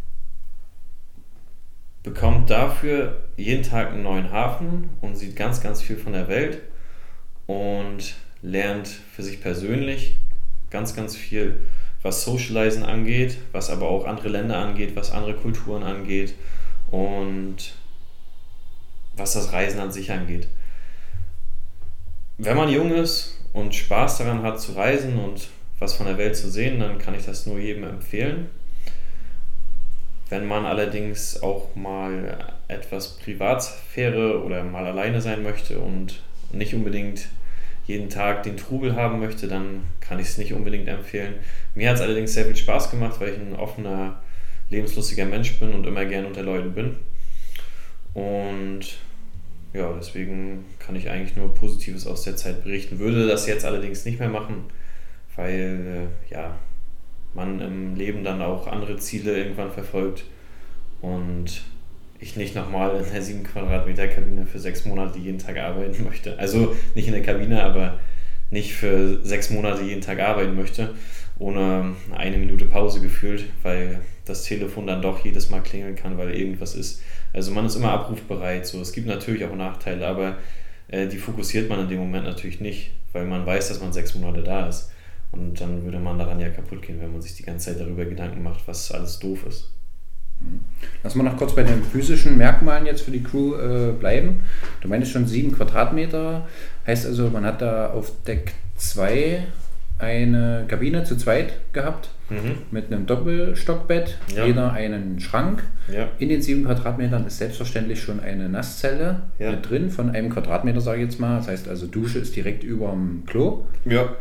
bekommt dafür jeden Tag einen neuen Hafen und sieht ganz, ganz viel von der Welt und lernt für sich persönlich ganz, ganz viel, was Socializen angeht, was aber auch andere Länder angeht, was andere Kulturen angeht. und was das Reisen an sich angeht. Wenn man jung ist und Spaß daran hat zu reisen und was von der Welt zu sehen, dann kann ich das nur jedem empfehlen. Wenn man allerdings auch mal etwas Privatsphäre oder mal alleine sein möchte und nicht unbedingt jeden Tag den Trubel haben möchte, dann kann ich es nicht unbedingt empfehlen. Mir hat es allerdings sehr viel Spaß gemacht, weil ich ein offener, lebenslustiger Mensch bin und immer gerne unter Leuten bin. Und ja, deswegen kann ich eigentlich nur Positives aus der Zeit berichten. Würde das jetzt allerdings nicht mehr machen, weil man im Leben dann auch andere Ziele irgendwann verfolgt und ich nicht nochmal in der 7 Quadratmeter Kabine für 6 Monate jeden Tag arbeiten möchte. Also nicht in der Kabine, aber nicht für 6 Monate jeden Tag arbeiten möchte, ohne eine Minute Pause gefühlt, weil das Telefon dann doch jedes Mal klingeln kann, weil irgendwas ist. Also man ist immer abrufbereit. So. Es gibt natürlich auch Nachteile, aber die fokussiert man in dem Moment natürlich nicht, weil man weiß, dass man 6 Monate da ist. Und dann würde man daran ja kaputt gehen, wenn man sich die ganze Zeit darüber Gedanken macht, was alles doof ist. Lass mal noch kurz bei den physischen Merkmalen jetzt für die Crew bleiben. Du meintest schon 7 Quadratmeter. Heißt also, man hat da auf Deck 2 eine Kabine zu zweit gehabt, mit einem Doppelstockbett, jeder einen Schrank. Ja. In den 7 Quadratmetern ist selbstverständlich schon eine Nasszelle mit drin, von 1 Quadratmeter, sage ich jetzt mal. Das heißt also, Dusche ist direkt über dem Klo. Ja.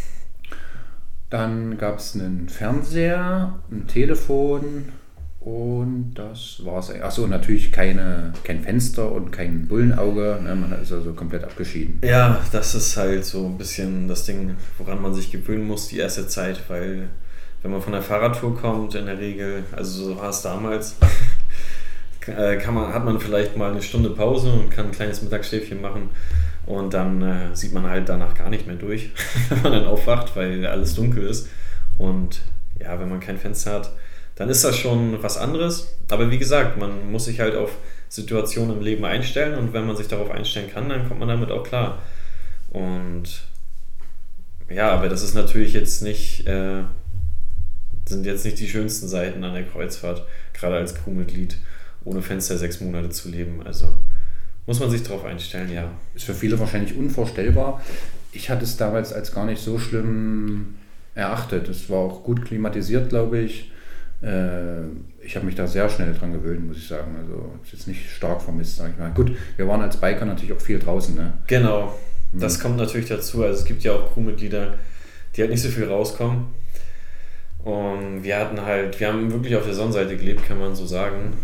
Dann gab es einen Fernseher, ein Telefon und das war's. Achso, natürlich kein Fenster und kein Bullenauge. Ne, man ist also komplett abgeschieden. Ja, das ist halt so ein bisschen das Ding, woran man sich gewöhnen muss die erste Zeit, weil wenn man von der Fahrradtour kommt, in der Regel, also so war es damals, hat man vielleicht mal eine Stunde Pause und kann ein kleines Mittagsschläfchen machen. Und dann sieht man halt danach gar nicht mehr durch, wenn man dann aufwacht, weil alles dunkel ist. Und ja, wenn man kein Fenster hat, dann ist das schon was anderes. Aber wie gesagt, man muss sich halt auf Situationen im Leben einstellen. Und wenn man sich darauf einstellen kann, dann kommt man damit auch klar. Und ja, aber das ist natürlich jetzt nicht, sind jetzt nicht die schönsten Seiten an der Kreuzfahrt, gerade als Crewmitglied ohne Fenster 6 Monate zu leben. Also muss man sich darauf einstellen, ja. Ist für viele wahrscheinlich unvorstellbar. Ich hatte es damals als gar nicht so schlimm erachtet. Es war auch gut klimatisiert, glaube ich. Ich habe mich da sehr schnell dran gewöhnt, muss ich sagen. Also ist jetzt nicht stark vermisst, sage ich mal. Gut, wir waren als Biker natürlich auch viel draußen, ne? Genau, das kommt natürlich dazu. Also es gibt ja auch Crewmitglieder, die halt nicht so viel rauskommen. Und wir haben wirklich auf der Sonnenseite gelebt, kann man so sagen.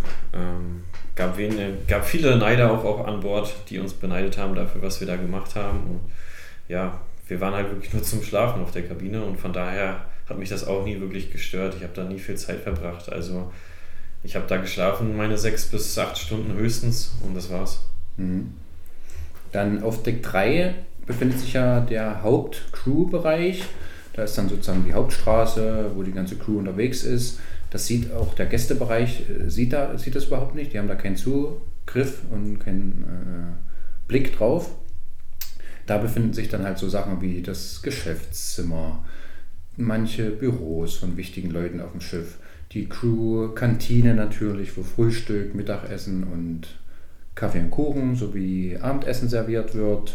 Gab viele Neider auch an Bord, die uns beneidet haben dafür, was wir da gemacht haben. Und ja, wir waren halt wirklich nur zum Schlafen auf der Kabine und von daher hat mich das auch nie wirklich gestört. Ich habe da nie viel Zeit verbracht. Also ich habe da geschlafen, meine 6 bis 8 Stunden höchstens und das war's. Dann auf Deck 3 befindet sich ja der Haupt-Crew-Bereich. Da ist dann sozusagen die Hauptstraße, wo die ganze Crew unterwegs ist. Das sieht auch der Gästebereich, sieht das überhaupt nicht. Die haben da keinen Zugriff und keinen Blick drauf. Da befinden sich dann halt so Sachen wie das Geschäftszimmer, manche Büros von wichtigen Leuten auf dem Schiff, die Crew-Kantine natürlich, wo Frühstück, Mittagessen und Kaffee und Kuchen sowie Abendessen serviert wird.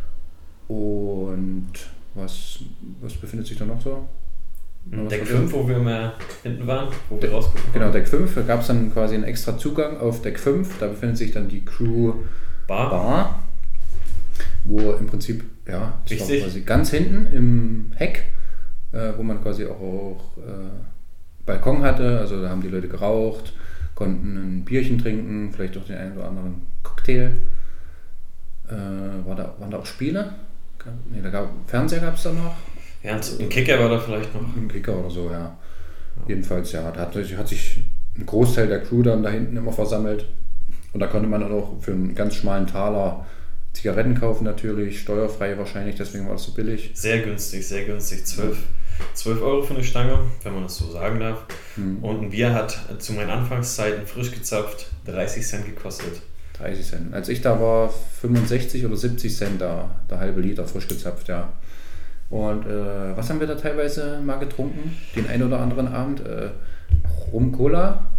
Und was befindet sich da noch so? Deck 5, wo wir immer hinten waren, wo wir rausgucken. Genau, Deck 5, da gab es dann quasi einen extra Zugang auf Deck 5, da befindet sich dann die Crew Bar, wo im Prinzip, ja, das war quasi ganz hinten im Heck, wo man quasi auch Balkon hatte, also da haben die Leute geraucht, konnten ein Bierchen trinken, vielleicht auch den einen oder anderen Cocktail. Waren da auch Spiele? Fernseher gab es da noch. Ja, ein Kicker war da vielleicht noch. Ein Kicker oder so, ja. Jedenfalls, ja, da hat sich ein Großteil der Crew dann da hinten immer versammelt. Und da konnte man dann auch für einen ganz schmalen Taler Zigaretten kaufen natürlich, steuerfrei wahrscheinlich, deswegen war das so billig. Sehr günstig, 12 Euro für eine Stange, wenn man das so sagen darf. Und ein Bier hat zu meinen Anfangszeiten frisch gezapft 30 Cent gekostet. 30 Cent. Als ich da war, 65 oder 70 Cent der halbe Liter frisch gezapft, ja. Und was haben wir da teilweise mal getrunken? Den einen oder anderen Abend? Rum Cola?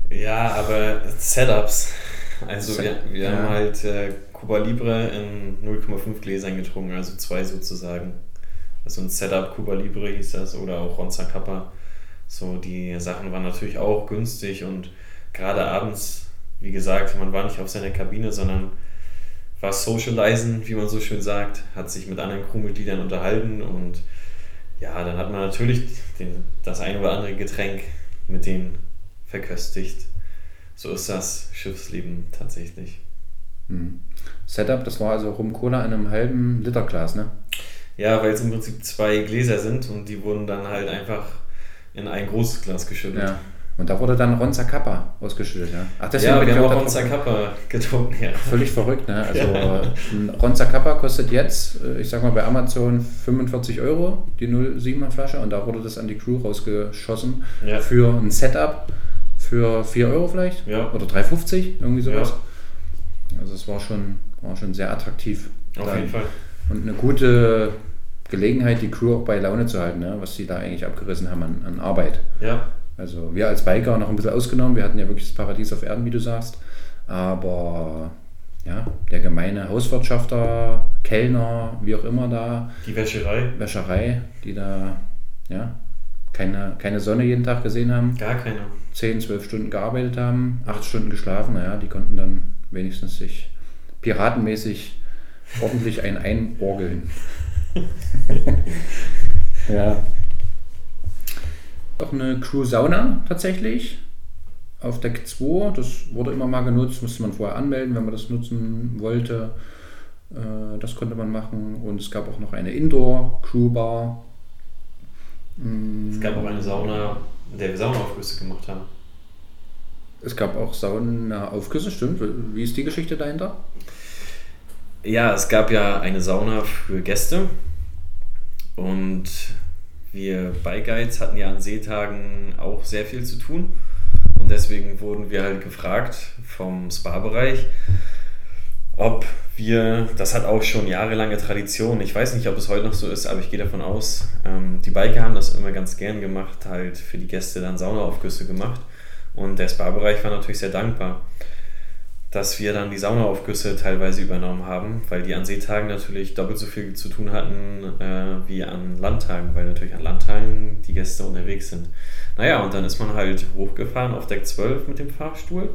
Ja, aber Setups. Also wir haben halt Cuba Libre in 0,5 Gläsern getrunken, also 2 sozusagen. Also ein Setup Cuba Libre hieß das oder auch Ron Zacapa. So, die Sachen waren natürlich auch günstig und gerade abends, wie gesagt, man war nicht auf seiner Kabine, sondern war socialisen, wie man so schön sagt, hat sich mit anderen Crewmitgliedern unterhalten und ja, dann hat man natürlich das ein oder andere Getränk mit denen verköstigt. So ist das Schiffsleben tatsächlich. Setup, das war also Rum Cola in einem halben Liter Glas, ne? Ja, weil es im Prinzip 2 Gläser sind und die wurden dann halt einfach in ein großes Glas geschüttet. Ja. Und da wurde dann Ron Zacapa ausgeschüttet, ja? Ach, ja, wir haben auch Ron Zacapa getrunken, ja. Völlig verrückt, ne? Also ein Ron Zacapa kostet jetzt, ich sag mal bei Amazon 45 €, die 0,7er Flasche, und da wurde das an die Crew rausgeschossen für ein Setup für 4 € vielleicht, oder 3,50, irgendwie sowas. Ja. Also es war schon sehr attraktiv. Auf jeden Fall. Und eine gute Gelegenheit, die Crew auch bei Laune zu halten, ne? Was sie da eigentlich abgerissen haben an Arbeit. Ja. Also wir als Biker noch ein bisschen ausgenommen, wir hatten ja wirklich das Paradies auf Erden, wie du sagst, aber ja, der gemeine Hauswirtschafter, Kellner, wie auch immer da. Die Wäscherei, die da keine Sonne jeden Tag gesehen haben. Gar keine. 10, 12 Stunden gearbeitet haben, 8 Stunden geschlafen, die konnten dann wenigstens sich piratenmäßig ordentlich einorgeln. Ja. Auch eine Crew-Sauna tatsächlich auf Deck 2. Das wurde immer mal genutzt, musste man vorher anmelden, wenn man das nutzen wollte. Das konnte man machen. Und es gab auch noch eine Indoor-Crew-Bar. Es gab auch eine Sauna, in der wir Saunaaufgüsse gemacht haben. Es gab auch Saunaaufgüsse, stimmt. Wie ist die Geschichte dahinter? Ja, es gab ja eine Sauna für Gäste und wir Bike Guides hatten ja an Seetagen auch sehr viel zu tun und deswegen wurden wir halt gefragt vom Spa-Bereich, ob das hat auch schon jahrelange Tradition, ich weiß nicht, ob es heute noch so ist, aber ich gehe davon aus, die Biker haben das immer ganz gern gemacht, halt für die Gäste dann Saunaaufgüsse gemacht und der Spa-Bereich war natürlich sehr dankbar, dass wir dann die Saunaaufgüsse teilweise übernommen haben, weil die an Seetagen natürlich doppelt so viel zu tun hatten wie an Landtagen, weil natürlich an Landtagen die Gäste unterwegs sind. Naja, und dann ist man halt hochgefahren auf Deck 12 mit dem Fahrstuhl,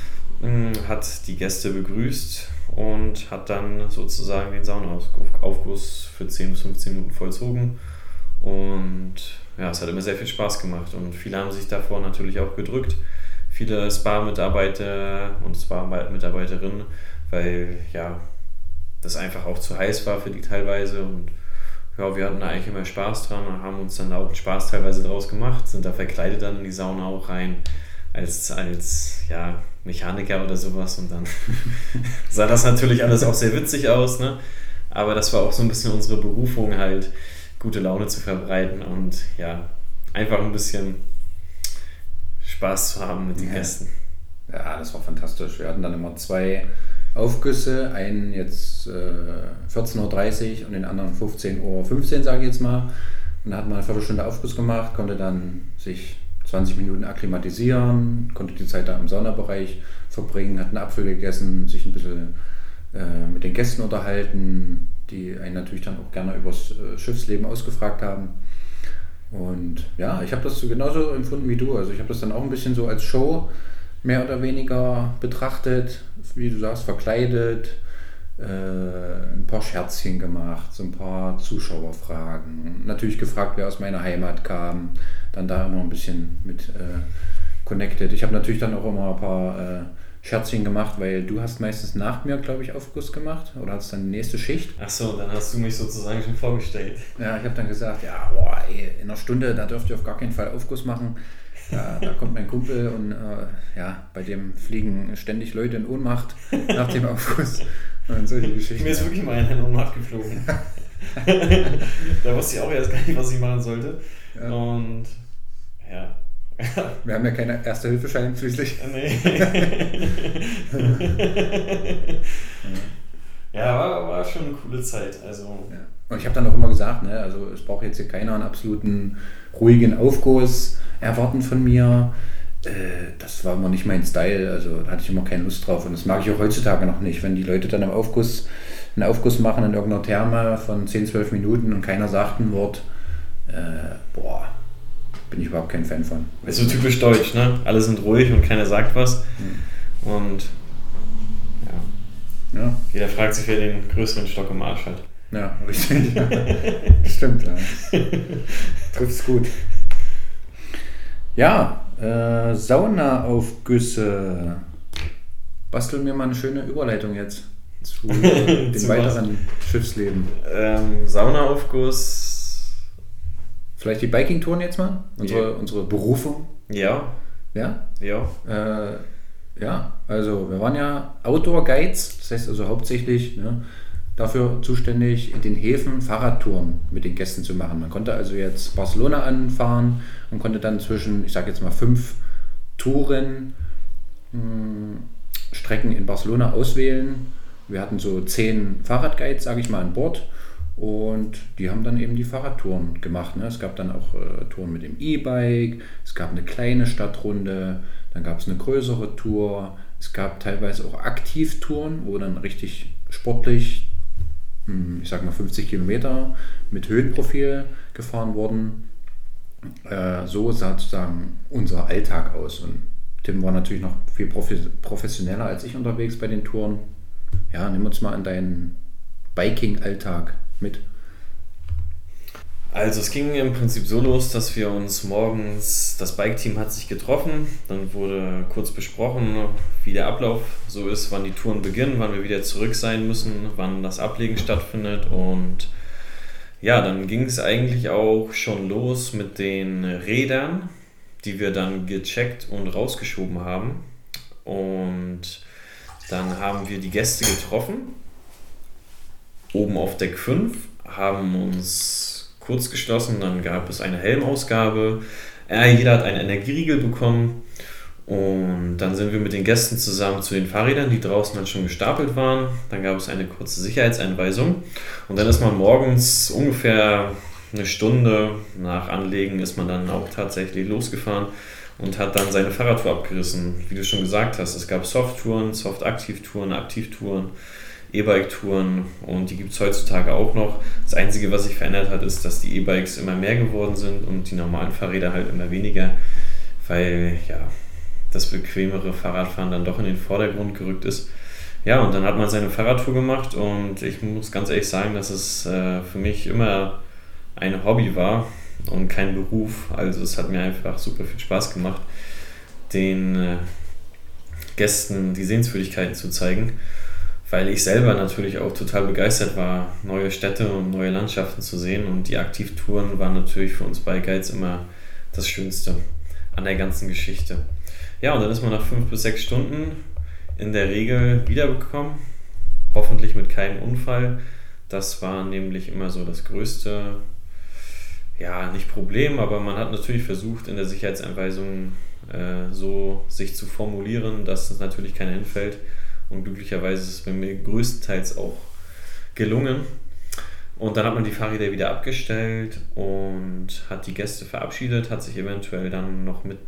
hat die Gäste begrüßt und hat dann sozusagen den Saunaaufguss für 10 bis 15 Minuten vollzogen. Und ja, es hat immer sehr viel Spaß gemacht und viele haben sich davor natürlich auch gedrückt. Viele Spa-Mitarbeiter und Spa-Mitarbeiterinnen, weil ja, das einfach auch zu heiß war für die teilweise und ja, wir hatten da eigentlich immer Spaß dran und haben uns dann auch Spaß teilweise draus gemacht, sind da verkleidet dann in die Sauna auch rein als ja, Mechaniker oder sowas und dann sah das natürlich alles auch sehr witzig aus, ne? Aber das war auch so ein bisschen unsere Berufung halt, gute Laune zu verbreiten und ja, einfach ein bisschen Spaß zu haben mit den Gästen. Ja, das war fantastisch. Wir hatten dann immer 2 Aufgüsse, einen jetzt 14:30 Uhr und den anderen 15:15 Uhr, sage ich jetzt mal. Und da hat man eine Viertelstunde Aufguss gemacht, konnte dann sich 20 Minuten akklimatisieren, konnte die Zeit da im Saunabereich verbringen, hat einen Apfel gegessen, sich ein bisschen mit den Gästen unterhalten, die einen natürlich dann auch gerne über das Schiffsleben ausgefragt haben. Und ja, ich habe das genauso empfunden wie du. Also ich habe das dann auch ein bisschen so als Show mehr oder weniger betrachtet, wie du sagst, verkleidet, ein paar Scherzchen gemacht, so ein paar Zuschauerfragen. Natürlich gefragt, wer aus meiner Heimat kam, dann da immer ein bisschen mit connected. Ich habe natürlich dann auch immer ein paar Scherzchen gemacht, weil du hast meistens nach mir, glaube ich, Aufguss gemacht oder hast dann die nächste Schicht. Ach so, dann hast du mich sozusagen schon vorgestellt. Ja, ich habe dann gesagt, in einer Stunde, da dürft ihr auf gar keinen Fall Aufguss machen. Ja, da kommt mein Kumpel und bei dem fliegen ständig Leute in Ohnmacht nach dem Aufguss und solche Geschichten. Mir ist wirklich mal einer in Ohnmacht geflogen. Da wusste ich auch erst gar nicht, was ich machen sollte. Ja. Und ja. Wir haben ja keine Erste-Hilfe-Schein schließlich. Nee. Ja, war schon eine coole Zeit. Also. Ja. Und ich habe dann auch immer gesagt, ne, also es braucht jetzt hier keiner einen absoluten ruhigen Aufguss erwarten von mir. Das war immer nicht mein Style, also da hatte ich immer keine Lust drauf und das mag ich auch heutzutage noch nicht, wenn die Leute dann einen Aufguss machen in irgendeiner Therme von 10, 12 Minuten und keiner sagt ein Wort, bin ich überhaupt kein Fan von. Ist so typisch deutsch, ne? Alle sind ruhig und keiner sagt was und ja. Jeder fragt sich, wer den größeren Stock im Arsch hat. Ja, richtig. Stimmt, ja. Trifft's gut. Ja, Saunaaufgüsse. Basteln wir mal eine schöne Überleitung jetzt zu dem weiteren Schiffsleben. Saunaaufguss. Vielleicht die Biking-Touren jetzt mal? Unsere Berufung? Ja. Ja? Ja. Ja, also wir waren ja Outdoor-Guides, das heißt also hauptsächlich dafür zuständig, in den Häfen Fahrradtouren mit den Gästen zu machen. Man konnte also jetzt Barcelona anfahren und konnte dann zwischen, ich sage jetzt mal 5 Touren Strecken in Barcelona auswählen. Wir hatten so 10 Fahrradguides, sage ich mal, an Bord und die haben dann eben die Fahrradtouren gemacht. Ne? Es gab dann auch Touren mit dem E-Bike, es gab eine kleine Stadtrunde, dann gab es eine größere Tour, es gab teilweise auch Aktivtouren, wo dann richtig sportlich, ich sag mal 50 Kilometer mit Höhenprofil gefahren wurden. So sah sozusagen unser Alltag aus. Und Tim war natürlich noch viel professioneller als ich unterwegs bei den Touren. Ja, nimm uns mal in deinen Biking-Alltag mit. Also es ging im Prinzip so los, dass wir uns morgens, das Bike-Team hat sich getroffen, dann wurde kurz besprochen, wie der Ablauf so ist, wann die Touren beginnen, wann wir wieder zurück sein müssen, wann das Ablegen stattfindet und ja, dann ging es eigentlich auch schon los mit den Rädern, die wir dann gecheckt und rausgeschoben haben und dann haben wir die Gäste getroffen, oben auf Deck 5, haben uns kurz geschlossen, dann gab es eine Helmausgabe, jeder hat einen Energieriegel bekommen und dann sind wir mit den Gästen zusammen zu den Fahrrädern, die draußen dann schon gestapelt waren, dann gab es eine kurze Sicherheitseinweisung und dann ist man morgens ungefähr eine Stunde nach Anlegen ist man dann auch tatsächlich losgefahren und hat dann seine Fahrradtour abgerissen, wie du schon gesagt hast, es gab Softtouren, Soft-Aktivtouren, Aktivtouren, E-Bike-Touren und die gibt es heutzutage auch noch. Das Einzige, was sich verändert hat, ist, dass die E-Bikes immer mehr geworden sind und die normalen Fahrräder halt immer weniger, weil ja das bequemere Fahrradfahren dann doch in den Vordergrund gerückt ist. Ja, und dann hat man seine Fahrradtour gemacht und ich muss ganz ehrlich sagen, dass es für mich immer ein Hobby war und kein Beruf. Also es hat mir einfach super viel Spaß gemacht, den Gästen die Sehenswürdigkeiten zu zeigen, weil ich selber natürlich auch total begeistert war, neue Städte und neue Landschaften zu sehen und die Aktivtouren waren natürlich für uns Bike Guides immer das Schönste an der ganzen Geschichte. Ja, und dann ist man nach 5 bis 6 Stunden in der Regel wiedergekommen, hoffentlich mit keinem Unfall. Das war nämlich immer so das größte, ja, nicht Problem, aber man hat natürlich versucht, in der Sicherheitseinweisung so sich zu formulieren, dass es natürlich keiner hinfällt. Und glücklicherweise ist es bei mir größtenteils auch gelungen. Und dann hat man die Fahrräder wieder abgestellt und hat die Gäste verabschiedet, hat sich eventuell dann noch mit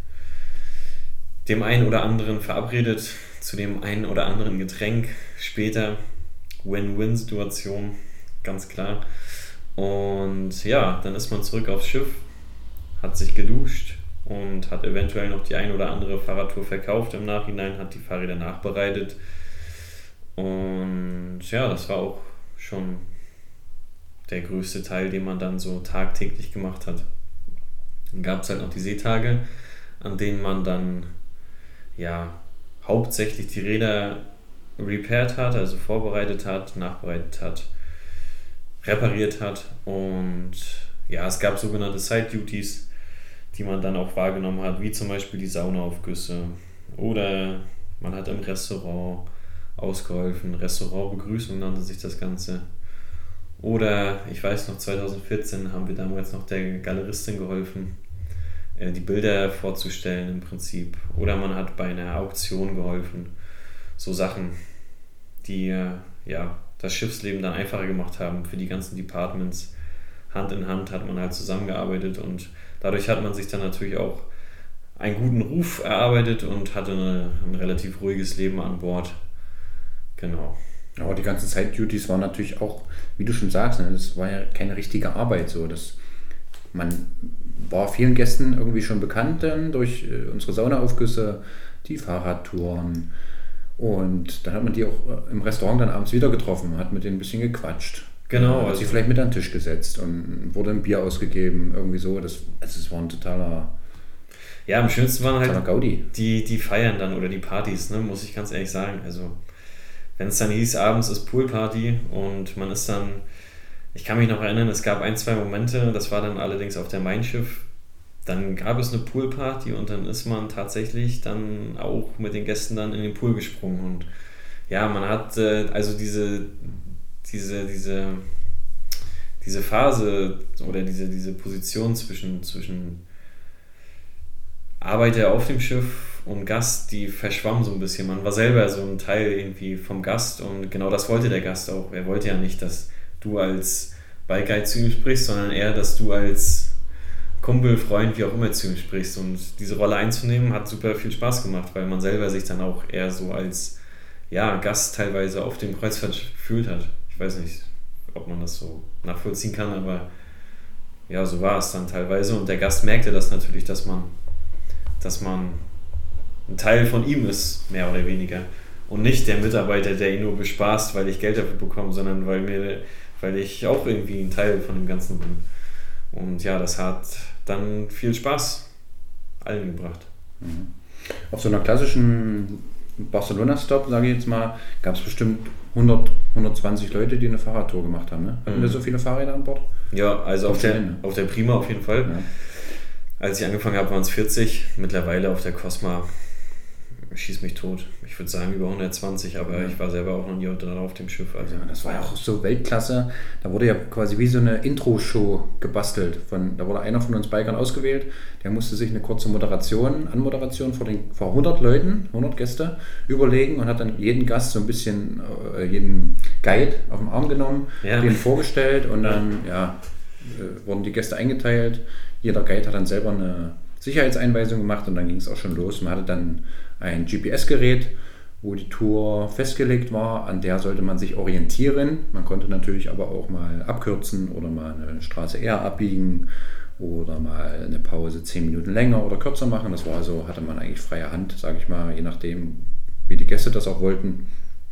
dem einen oder anderen verabredet, zu dem einen oder anderen Getränk. Später Win-Win-Situation, ganz klar. Und ja, dann ist man zurück aufs Schiff, hat sich geduscht und hat eventuell noch die ein oder andere Fahrradtour verkauft im Nachhinein, hat die Fahrräder nachbereitet und ja, das war auch schon der größte Teil, den man dann so tagtäglich gemacht hat. Dann gab es halt noch die Seetage, an denen man dann ja hauptsächlich die Räder repaired hat, also vorbereitet hat, nachbereitet hat, repariert hat und ja, es gab sogenannte Side-Duties, die man dann auch wahrgenommen hat, wie zum Beispiel die Saunaaufgüsse oder man hat im Restaurant ausgeholfen, Restaurantbegrüßung nannte sich das Ganze oder ich weiß noch 2014 haben wir damals noch der Galeristin geholfen, die Bilder vorzustellen im Prinzip oder man hat bei einer Auktion geholfen, so Sachen, die ja das Schiffsleben dann einfacher gemacht haben für die ganzen Departments. Hand in Hand hat man halt zusammengearbeitet und dadurch hat man sich dann natürlich auch einen guten Ruf erarbeitet und hatte ein relativ ruhiges Leben an Bord. Genau. Aber die ganzen Side-Duties waren natürlich auch, wie du schon sagst, ne, das war ja keine richtige Arbeit. So, man war vielen Gästen irgendwie schon bekannt dann durch unsere Saunaaufgüsse, die Fahrradtouren. Und dann hat man die auch im Restaurant dann abends wieder getroffen, hat mit denen ein bisschen gequatscht. Genau. Hat sich vielleicht mit an den Tisch gesetzt und wurde ein Bier ausgegeben, irgendwie so. Das war ein totaler... Ja, am schönsten waren halt Gaudi. Die Feiern dann oder die Partys, ne, muss ich ganz ehrlich sagen. Also, wenn es dann hieß, abends ist Poolparty und man ist dann, ich kann mich noch erinnern, es gab 1-2 Momente, das war dann allerdings auf der Mein Schiff, dann gab es eine Poolparty und dann ist man tatsächlich dann auch mit den Gästen dann in den Pool gesprungen. Und ja, man hat also diese Phase oder diese Position zwischen Arbeiter auf dem Schiff und Gast, die verschwammen so ein bisschen. Man war selber so ein Teil irgendwie vom Gast und genau das wollte der Gast auch. Er wollte ja nicht, dass du als Bike-Guide zu ihm sprichst, sondern eher, dass du als Kumpel, Freund, wie auch immer zu ihm sprichst. Und diese Rolle einzunehmen hat super viel Spaß gemacht, weil man selber sich dann auch eher so als Gast teilweise auf dem Kreuzfahrt gefühlt hat. Ich weiß nicht, ob man das so nachvollziehen kann, aber ja, so war es dann teilweise. Und der Gast merkte das natürlich, dass man ein Teil von ihm ist, mehr oder weniger. Und nicht der Mitarbeiter, der ihn nur bespaßt, weil ich Geld dafür bekomme, sondern weil ich auch irgendwie ein Teil von dem Ganzen bin. Und ja, das hat dann viel Spaß allen gebracht. Mhm. Auf so einer klassischen Barcelona-Stop, sage ich jetzt mal, gab es bestimmt 120 Leute, die eine Fahrradtour gemacht haben. Ne? Hatten wir so viele Fahrräder an Bord? Ja, also auf der Prima auf jeden Fall. Ja. Als ich angefangen habe, waren es 40. Mittlerweile auf der Cosma, schieß mich tot. Ich würde sagen über 120, aber ich war selber auch noch nie auf dem Schiff. Also. Ja, das war ja auch so Weltklasse. Da wurde ja quasi wie so eine Intro-Show gebastelt. Da wurde einer von uns Bikern ausgewählt, der musste sich eine kurze Anmoderation vor 100 Leuten, 100 Gäste überlegen und hat dann jeden Gast so ein bisschen, jeden Guide auf den Arm genommen, den vorgestellt und dann wurden die Gäste eingeteilt. Jeder Guide hat dann selber eine Sicherheitseinweisung gemacht und dann ging es auch schon los. Man hatte dann ein GPS-Gerät, wo die Tour festgelegt war, an der sollte man sich orientieren. Man konnte natürlich aber auch mal abkürzen oder mal eine Straße eher abbiegen oder mal eine Pause 10 Minuten länger oder kürzer machen. Das war so, hatte man eigentlich freie Hand, sage ich mal, je nachdem, wie die Gäste das auch wollten.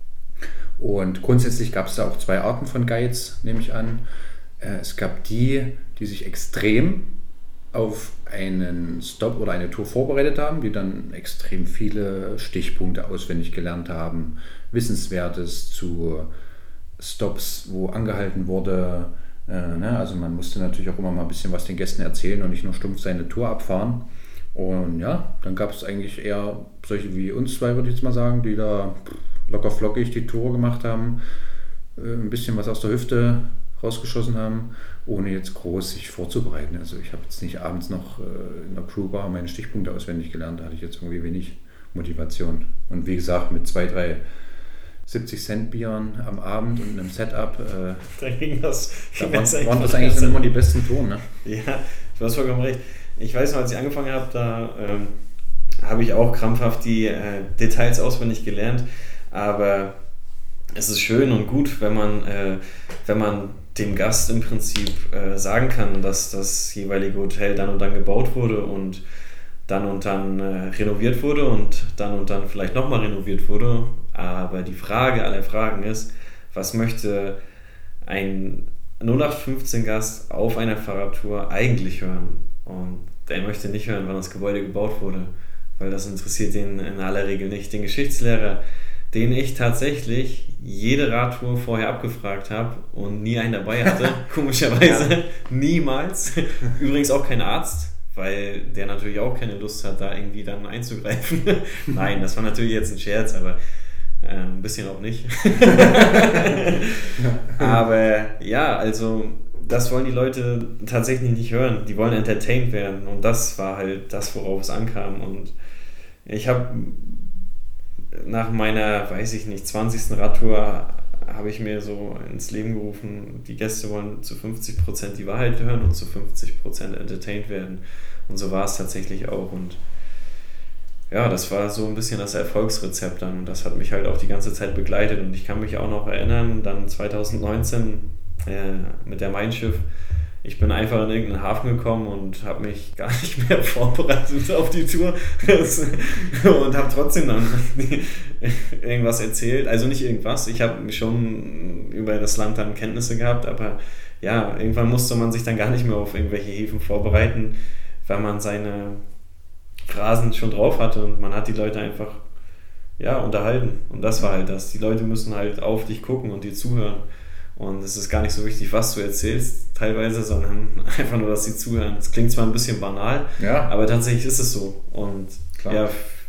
Und grundsätzlich gab es da auch 2 Arten von Guides, nehme ich an. Es gab die sich extrem auf einen Stop oder eine Tour vorbereitet haben, die dann extrem viele Stichpunkte auswendig gelernt haben, Wissenswertes zu Stops, wo angehalten wurde. Also man musste natürlich auch immer mal ein bisschen was den Gästen erzählen und nicht nur stumpf seine Tour abfahren. Und ja, dann gab es eigentlich eher solche wie uns 2, würde ich jetzt mal sagen, die da locker flockig die Tour gemacht haben, ein bisschen was aus der Hüfte rausgeschossen haben, ohne jetzt groß sich vorzubereiten. Also ich habe jetzt nicht abends noch in der Crewbar meine Stichpunkte auswendig gelernt, da hatte ich jetzt irgendwie wenig Motivation. Und wie gesagt, mit 2, 3 70-Cent-Bieren am Abend und einem Setup, waren das eigentlich dann immer die besten Touren. Ne? Ja, du hast vollkommen recht. Ich weiß noch, als ich angefangen habe, da habe ich auch krampfhaft die Details auswendig gelernt, aber es ist schön und gut, wenn man dem Gast im Prinzip sagen kann, dass das jeweilige Hotel dann und dann gebaut wurde und dann renoviert wurde und dann vielleicht nochmal renoviert wurde. Aber die Frage aller Fragen ist, was möchte ein 0815-Gast auf einer Fahrradtour eigentlich hören? Und der möchte nicht hören, wann das Gebäude gebaut wurde, weil das interessiert ihn in aller Regel nicht. Den Geschichtslehrer, den ich tatsächlich jede Radtour vorher abgefragt habe und nie einen dabei hatte, komischerweise, niemals. Übrigens auch kein Arzt, weil der natürlich auch keine Lust hat, da irgendwie dann einzugreifen. Nein, das war natürlich jetzt ein Scherz, aber ein bisschen auch nicht. Aber ja, also das wollen die Leute tatsächlich nicht hören. Die wollen entertained werden und das war halt das, worauf es ankam. Und ich habe nach meiner, 20. Radtour habe ich mir so ins Leben gerufen, die Gäste wollen zu 50% die Wahrheit hören und zu 50% entertained werden. Und so war es tatsächlich auch. Und ja, das war so ein bisschen das Erfolgsrezept dann und das hat mich halt auch die ganze Zeit begleitet und ich kann mich auch noch erinnern, dann 2019 mit der Mein Schiff, ich bin einfach in irgendeinen Hafen gekommen und habe mich gar nicht mehr vorbereitet auf die Tour und habe trotzdem dann irgendwas erzählt, also nicht irgendwas, ich habe schon über das Land dann Kenntnisse gehabt, aber ja, irgendwann musste man sich dann gar nicht mehr auf irgendwelche Häfen vorbereiten, weil man seine Phrasen schon drauf hatte und man hat die Leute einfach unterhalten und das war halt das. Die Leute müssen halt auf dich gucken und dir zuhören und es ist gar nicht so wichtig, was du erzählst teilweise, sondern einfach nur, dass sie zuhören. Es klingt zwar ein bisschen banal, aber tatsächlich ist es so und klar.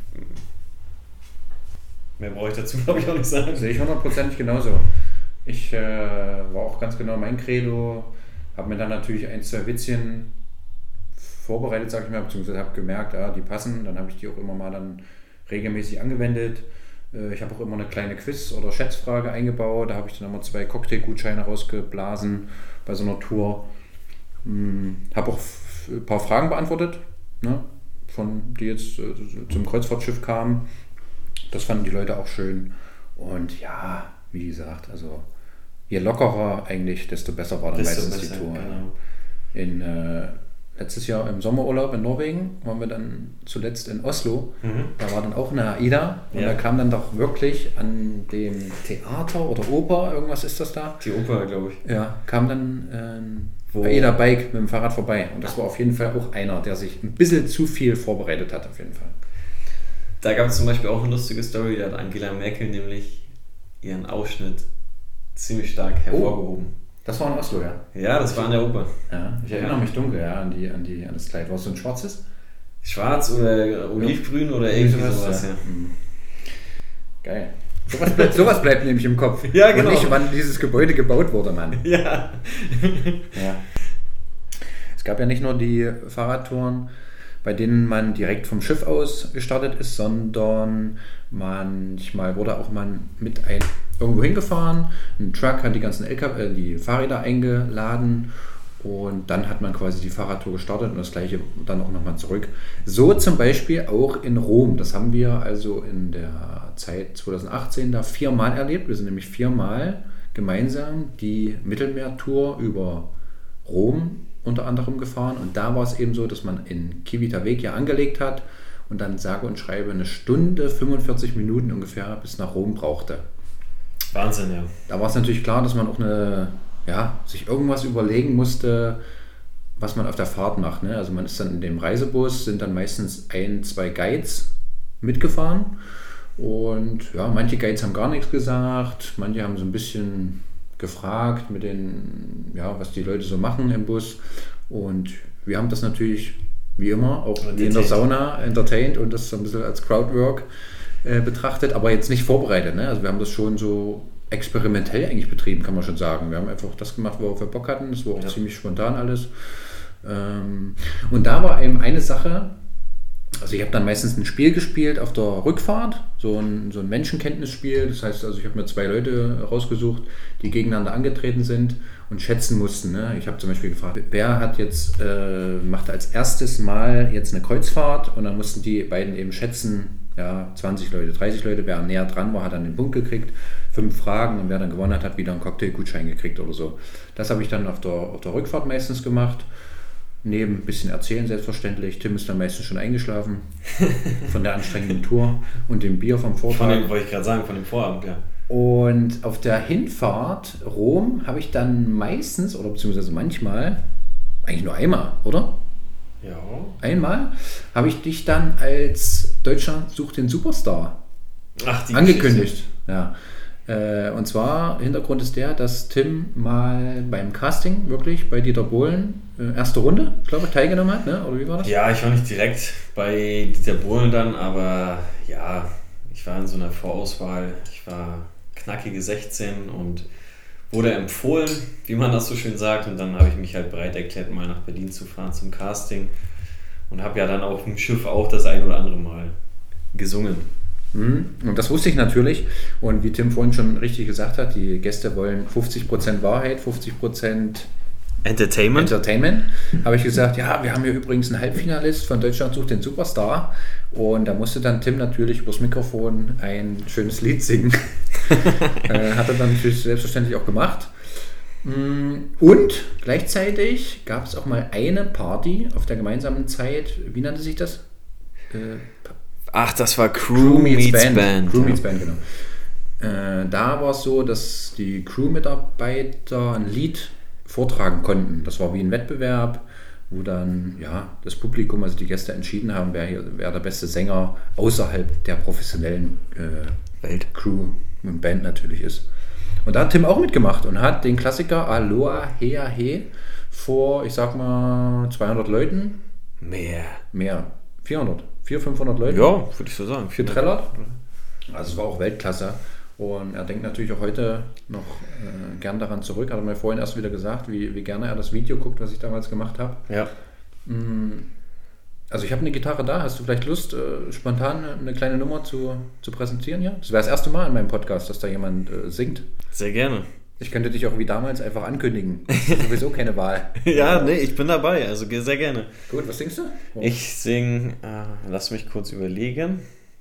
Mehr brauche ich dazu, glaube ich, auch nicht sagen. Sehe ich 100% genauso. Ich war auch ganz genau mein Credo, habe mir dann natürlich 1, 2 Witzchen vorbereitet, sage ich mal, beziehungsweise habe gemerkt, die passen, dann habe ich die auch immer mal dann regelmäßig angewendet. Ich habe auch immer eine kleine Quiz- oder Schätzfrage eingebaut, da habe ich dann immer 2 Cocktailgutscheine rausgeblasen bei so einer Tour. Habe auch ein paar Fragen beantwortet, ne, die jetzt zum Kreuzfahrtschiff kamen. Das fanden die Leute auch schön und ja, wie gesagt, also je lockerer eigentlich, desto besser war dann meistens die Tour. Genau. Letztes Jahr im Sommerurlaub in Norwegen waren wir dann zuletzt in Oslo. Da war dann auch eine AIDA und da kam dann doch wirklich an dem Theater oder Oper, irgendwas ist das da? Die Oper, glaube ich. Ja, kam dann AIDA-Bike mit dem Fahrrad vorbei und das war auf jeden Fall auch einer, der sich ein bisschen zu viel vorbereitet hat, auf jeden Fall. Da gab es zum Beispiel auch eine lustige Story, da hat Angela Merkel nämlich ihren Ausschnitt ziemlich stark hervorgehoben. Das war in Oslo, ja? Ja, das war in der Oper. Ja, ich erinnere mich dunkel an das Kleid. War es so ein schwarzes? Schwarz oder olivgrün oder irgendwie sowas, ja. Geil. Sowas bleibt nämlich im Kopf. Ja, genau. Und nicht, wann dieses Gebäude gebaut wurde, Mann. Ja. Es gab ja nicht nur die Fahrradtouren, bei denen man direkt vom Schiff aus gestartet ist, sondern manchmal wurde auch man mit irgendwo hingefahren, ein Truck hat die ganzen die Fahrräder eingeladen und dann hat man quasi die Fahrradtour gestartet und das gleiche dann auch nochmal zurück. So zum Beispiel auch in Rom. Das haben wir also in der Zeit 2018 da 4-mal erlebt. Wir sind nämlich 4-mal gemeinsam die Mittelmeertour über Rom unter anderem gefahren und da war es eben so, dass man in Civitavecchia angelegt hat und dann sage und schreibe 1 Stunde 45 Minuten ungefähr bis nach Rom brauchte. Wahnsinn, ja. Da war es natürlich klar, dass man auch sich irgendwas überlegen musste, was man auf der Fahrt macht. Ne? Also man ist dann in dem Reisebus, sind dann meistens 1, 2 Guides mitgefahren und ja, manche Guides haben gar nichts gesagt, manche haben so ein bisschen gefragt mit was die Leute so machen im Bus und wir haben das natürlich wie immer auch wie in der Sauna entertained und das so ein bisschen als Crowdwork betrachtet, aber jetzt nicht vorbereitet. Ne? Also wir haben das schon so experimentell eigentlich betrieben, kann man schon sagen. Wir haben einfach das gemacht, worauf wir Bock hatten. Das war auch ziemlich spontan alles. Und da war eben eine Sache, also ich habe dann meistens ein Spiel gespielt auf der Rückfahrt, so ein Menschenkenntnisspiel. Das heißt, also ich habe mir 2 Leute rausgesucht, die gegeneinander angetreten sind und schätzen mussten. Ne? Ich habe zum Beispiel gefragt, wer macht als erstes Mal jetzt eine Kreuzfahrt und dann mussten die beiden eben schätzen, 20 Leute, 30 Leute, wer näher dran war, hat dann den Punkt gekriegt, 5 Fragen und wer dann gewonnen hat, hat wieder einen Cocktailgutschein gekriegt oder so. Das habe ich dann auf der Rückfahrt meistens gemacht. Neben ein bisschen erzählen, selbstverständlich. Tim ist dann meistens schon eingeschlafen von der anstrengenden Tour und dem Bier vom Vortag. Wollte ich gerade sagen, von dem Vorabend, ja. Und auf der Hinfahrt Rom habe ich dann meistens oder beziehungsweise manchmal, eigentlich nur einmal, oder? Ja. Einmal habe ich dich dann als Deutschland sucht den Superstar angekündigt. Ja. Und zwar, Hintergrund ist der, dass Tim mal beim Casting wirklich bei Dieter Bohlen erste Runde, ich glaube, teilgenommen hat, ne? Oder wie war das? Ja, ich war nicht direkt bei Dieter Bohlen dann, aber ja, ich war in so einer Vorauswahl. Ich war knackige 16 und wurde empfohlen, wie man das so schön sagt, und dann habe ich mich halt bereit erklärt, mal nach Berlin zu fahren zum Casting und habe ja dann auf dem Schiff auch das ein oder andere Mal gesungen. Und das wusste ich natürlich und wie Tim vorhin schon richtig gesagt hat, die Gäste wollen 50% Wahrheit, 50% Entertainment, habe ich gesagt, ja, wir haben hier übrigens einen Halbfinalist von Deutschland sucht den Superstar. Und da musste dann Tim natürlich übers Mikrofon ein schönes Lied singen. Hat er dann natürlich selbstverständlich auch gemacht. Und gleichzeitig gab es auch mal eine Party auf der gemeinsamen Zeit. Wie nannte sich das? Ach, das war Crew Meets Band. Crew Meets Band, genau. Da war es so, dass die Crew-Mitarbeiter ein Lied vortragen konnten. Das war wie ein Wettbewerb, wo dann das Publikum, also die Gäste entschieden haben, wer der beste Sänger außerhalb der professionellen Crew und Band natürlich ist. Und da hat Tim auch mitgemacht und hat den Klassiker Aloha Hea He vor, ich sag mal, 200 Leuten. Mehr. 400, 500 Leute. Ja, würde ich so sagen. Getrellert. Also es war auch Weltklasse. Und er denkt natürlich auch heute noch gern daran zurück. Hat er mir vorhin erst wieder gesagt, wie gerne er das Video guckt, was ich damals gemacht habe. Ja. Also ich habe eine Gitarre da. Hast du vielleicht Lust, spontan eine kleine Nummer zu präsentieren? Ja? Das wäre das erste Mal in meinem Podcast, dass da jemand singt. Sehr gerne. Ich könnte dich auch wie damals einfach ankündigen. Das ist sowieso keine Wahl. Ja, nee, ich bin dabei. Also sehr gerne. Gut, was singst du? Ich singe, lass mich kurz überlegen.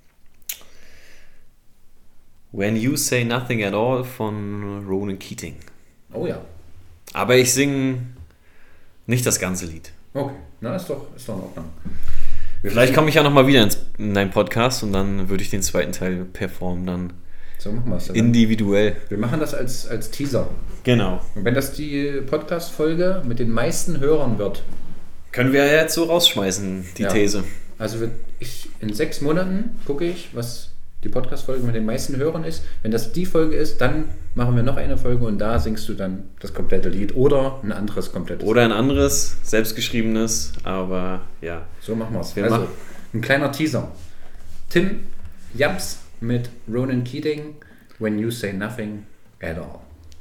When You Say Nothing at All von Ronan Keating. Oh ja. Aber ich singe nicht das ganze Lied. Okay, na ist doch in Ordnung. Vielleicht komme ich ja nochmal wieder in deinen Podcast und dann würde ich den zweiten Teil performen dann. So machen wir es. Individuell. Wir machen das als Teaser. Genau. Und wenn das die Podcast-Folge mit den meisten Hörern wird. Können wir ja jetzt so rausschmeißen, die These. Also in 6 Monaten gucke ich, was die Podcast-Folge mit den meisten Hörern ist. Wenn das die Folge ist, dann machen wir noch eine Folge und da singst du dann das komplette Lied oder ein anderes komplettes. Oder ein anderes, selbstgeschriebenes, aber ja. So machen wir es. Also ein kleiner Teaser. Tim Japs mit Ronan Keating, When You Say Nothing at All.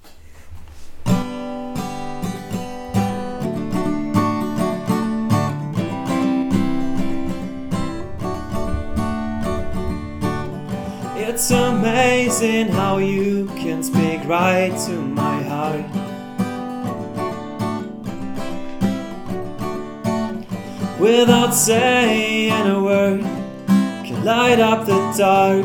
It's amazing how you can speak right to my heart. Without saying a word, can light up the dark.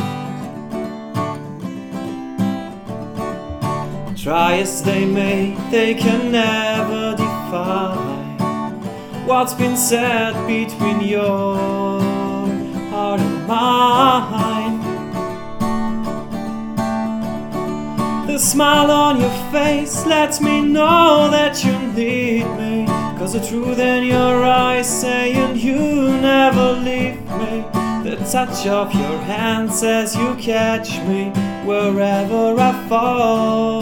Try as they may, they can never define what's been said between your heart and mine. The smile on your face lets me know that you need me, 'cause the truth in your eyes saying you never leave me. The touch of your hand says you catch me wherever I fall.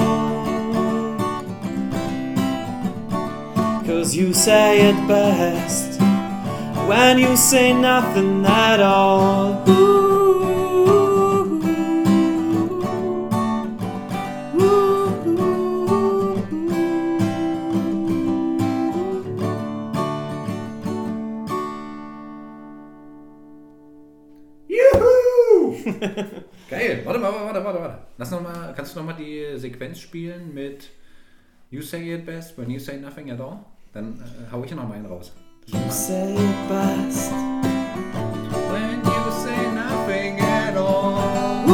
'Cause you say it best when you say nothing at all. Geil, warte. Kannst du noch mal die Sequenz spielen mit You say it best when you say nothing at all? Dann hau ich noch mal einen raus. You say it best when you say nothing at all.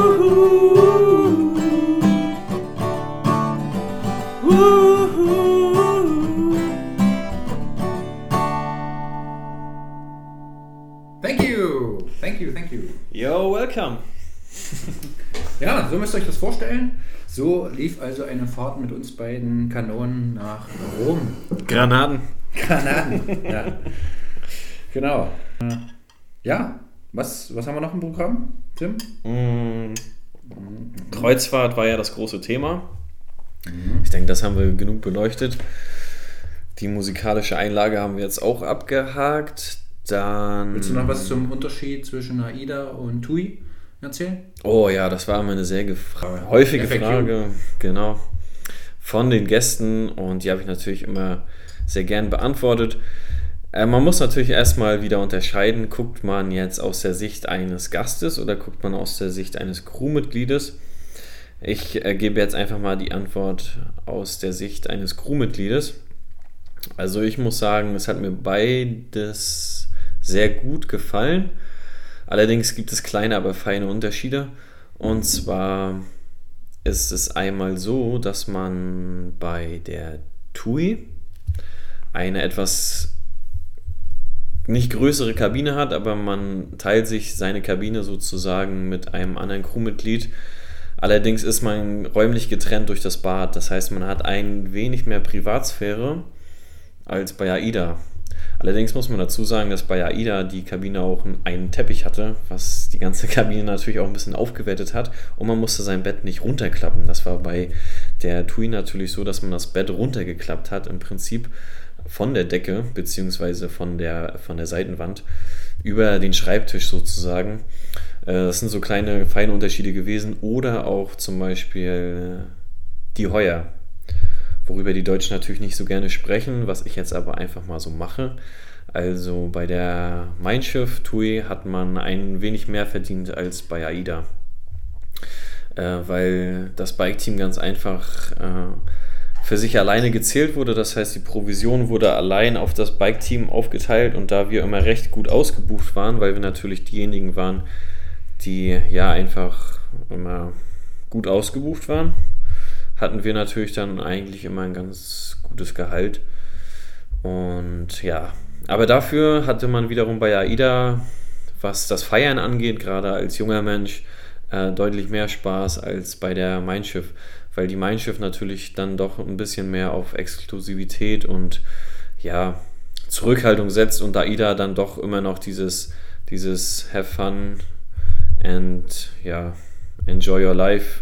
Thank you. You're welcome. Ja, so müsst ihr euch das vorstellen. So lief also eine Fahrt mit uns beiden Kanonen nach Rom. Granaten, ja. Genau. Ja, was haben wir noch im Programm, Tim? Kreuzfahrt war ja das große Thema. Ich denke, das haben wir genug beleuchtet. Die musikalische Einlage haben wir jetzt auch abgehakt. Dann willst du noch was zum Unterschied zwischen AIDA und TUI erzählen? Oh ja, das war immer eine sehr häufige Frage, genau, von den Gästen und die habe ich natürlich immer sehr gern beantwortet. Man muss natürlich erstmal wieder unterscheiden, guckt man jetzt aus der Sicht eines Gastes oder guckt man aus der Sicht eines Crewmitgliedes. Ich gebe jetzt einfach mal die Antwort aus der Sicht eines Crewmitgliedes. Also ich muss sagen, es hat mir beides sehr gut gefallen. Allerdings gibt es kleine, aber feine Unterschiede. Und zwar ist es einmal so, dass man bei der TUI eine etwas nicht größere Kabine hat, aber man teilt sich seine Kabine sozusagen mit einem anderen Crewmitglied. Allerdings ist man räumlich getrennt durch das Bad. Das heißt, man hat ein wenig mehr Privatsphäre als bei AIDA. Allerdings muss man dazu sagen, dass bei AIDA die Kabine auch einen Teppich hatte, was die ganze Kabine natürlich auch ein bisschen aufgewertet hat, und man musste sein Bett nicht runterklappen. Das war bei der TUI natürlich so, dass man das Bett runtergeklappt hat, im Prinzip von der Decke bzw. von der Seitenwand über den Schreibtisch sozusagen. Das sind so kleine, feine Unterschiede gewesen. Oder auch zum Beispiel die Heuer, worüber die Deutschen natürlich nicht so gerne sprechen, was ich jetzt aber einfach mal so mache. Also bei der Mein Schiff TUI hat man ein wenig mehr verdient als bei AIDA, weil das Bike-Team ganz einfach für sich alleine gezählt wurde. Das heißt, die Provision wurde allein auf das Bike-Team aufgeteilt, und da wir immer recht gut ausgebucht waren, weil wir natürlich diejenigen waren, die ja einfach immer gut ausgebucht waren, hatten wir natürlich dann eigentlich immer ein ganz gutes Gehalt. Und ja, aber dafür hatte man wiederum bei AIDA, was das Feiern angeht, gerade als junger Mensch, deutlich mehr Spaß als bei der Mein Schiff, weil die Mein Schiff natürlich dann doch ein bisschen mehr auf Exklusivität und ja, Zurückhaltung setzt, und AIDA dann doch immer noch dieses Have fun and ja, enjoy your life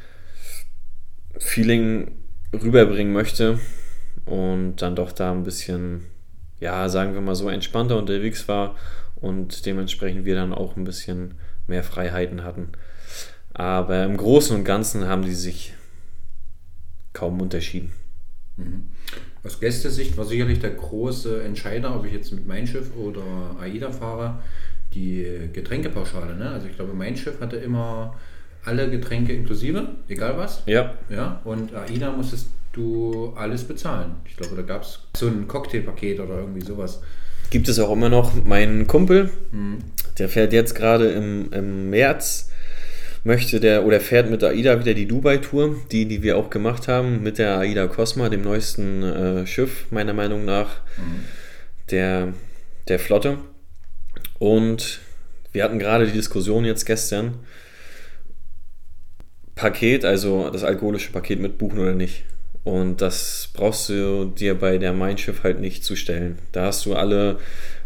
Feeling rüberbringen möchte und dann doch da ein bisschen, ja, sagen wir mal so, entspannter unterwegs war und dementsprechend wir dann auch ein bisschen mehr Freiheiten hatten. Aber im Großen und Ganzen haben die sich kaum unterschieden. Aus Gästesicht war sicherlich der große Entscheider, ob ich jetzt mit Mein Schiff oder AIDA fahre, die Getränkepauschale. Ne? Also ich glaube, Mein Schiff hatte immer alle Getränke inklusive, egal was. Ja. Ja. Und AIDA musstest du alles bezahlen. Ich glaube, da gab es so ein Cocktailpaket oder irgendwie sowas. Gibt es auch immer noch. Mein Kumpel, der fährt jetzt gerade im März, fährt mit AIDA wieder die Dubai-Tour, die wir auch gemacht haben, mit der AIDA Cosma, dem neuesten Schiff, meiner Meinung nach, der Flotte. Und wir hatten gerade die Diskussion jetzt gestern, Paket, also das alkoholische Paket mitbuchen oder nicht. Und das brauchst du dir bei der Mein Schiff halt nicht zustellen. Da hast du alle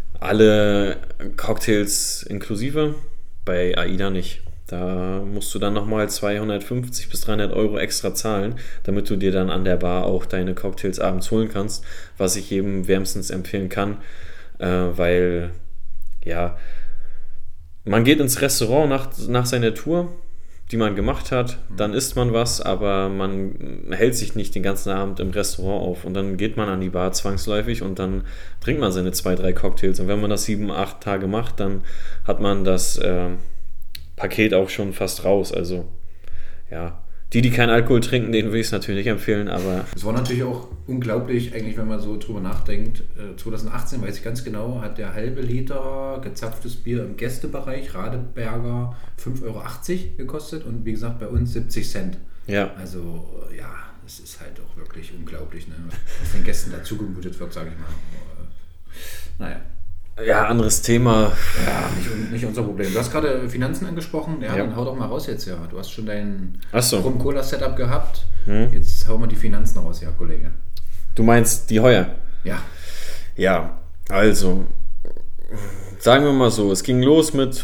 Cocktails inklusive, bei AIDA nicht. Da musst du dann nochmal 250 bis 300 Euro extra zahlen, damit du dir dann an der Bar auch deine Cocktails abends holen kannst, was ich jedem wärmstens empfehlen kann, weil ja, man geht ins Restaurant nach seiner Tour, die man gemacht hat, dann isst man was, aber man hält sich nicht den ganzen Abend im Restaurant auf, und dann geht man an die Bar zwangsläufig und dann trinkt man seine 2-3 Cocktails, und wenn man das 7-8 Tage macht, dann hat man das Paket auch schon fast raus. Also ja, die keinen Alkohol trinken, denen will ich es natürlich nicht empfehlen, aber... Es war natürlich auch unglaublich, eigentlich, wenn man so drüber nachdenkt. 2018, weiß ich ganz genau, hat der halbe Liter gezapftes Bier im Gästebereich Radeberger 5,80 Euro gekostet, und wie gesagt, bei uns 70 Cent. Ja. Also ja, es ist halt auch wirklich unglaublich, ne? Was den Gästen dazu gemutet wird, sage ich mal. Naja. Ja, anderes Thema. Ja, nicht unser Problem. Du hast gerade Finanzen angesprochen. Ja, dann hau doch mal raus jetzt, ja. Du hast schon dein Rum-Cola-Setup gehabt. Jetzt hau mal die Finanzen raus, ja, Kollege. Du meinst die Heuer? Ja. Ja, also, sagen wir mal so, es ging los mit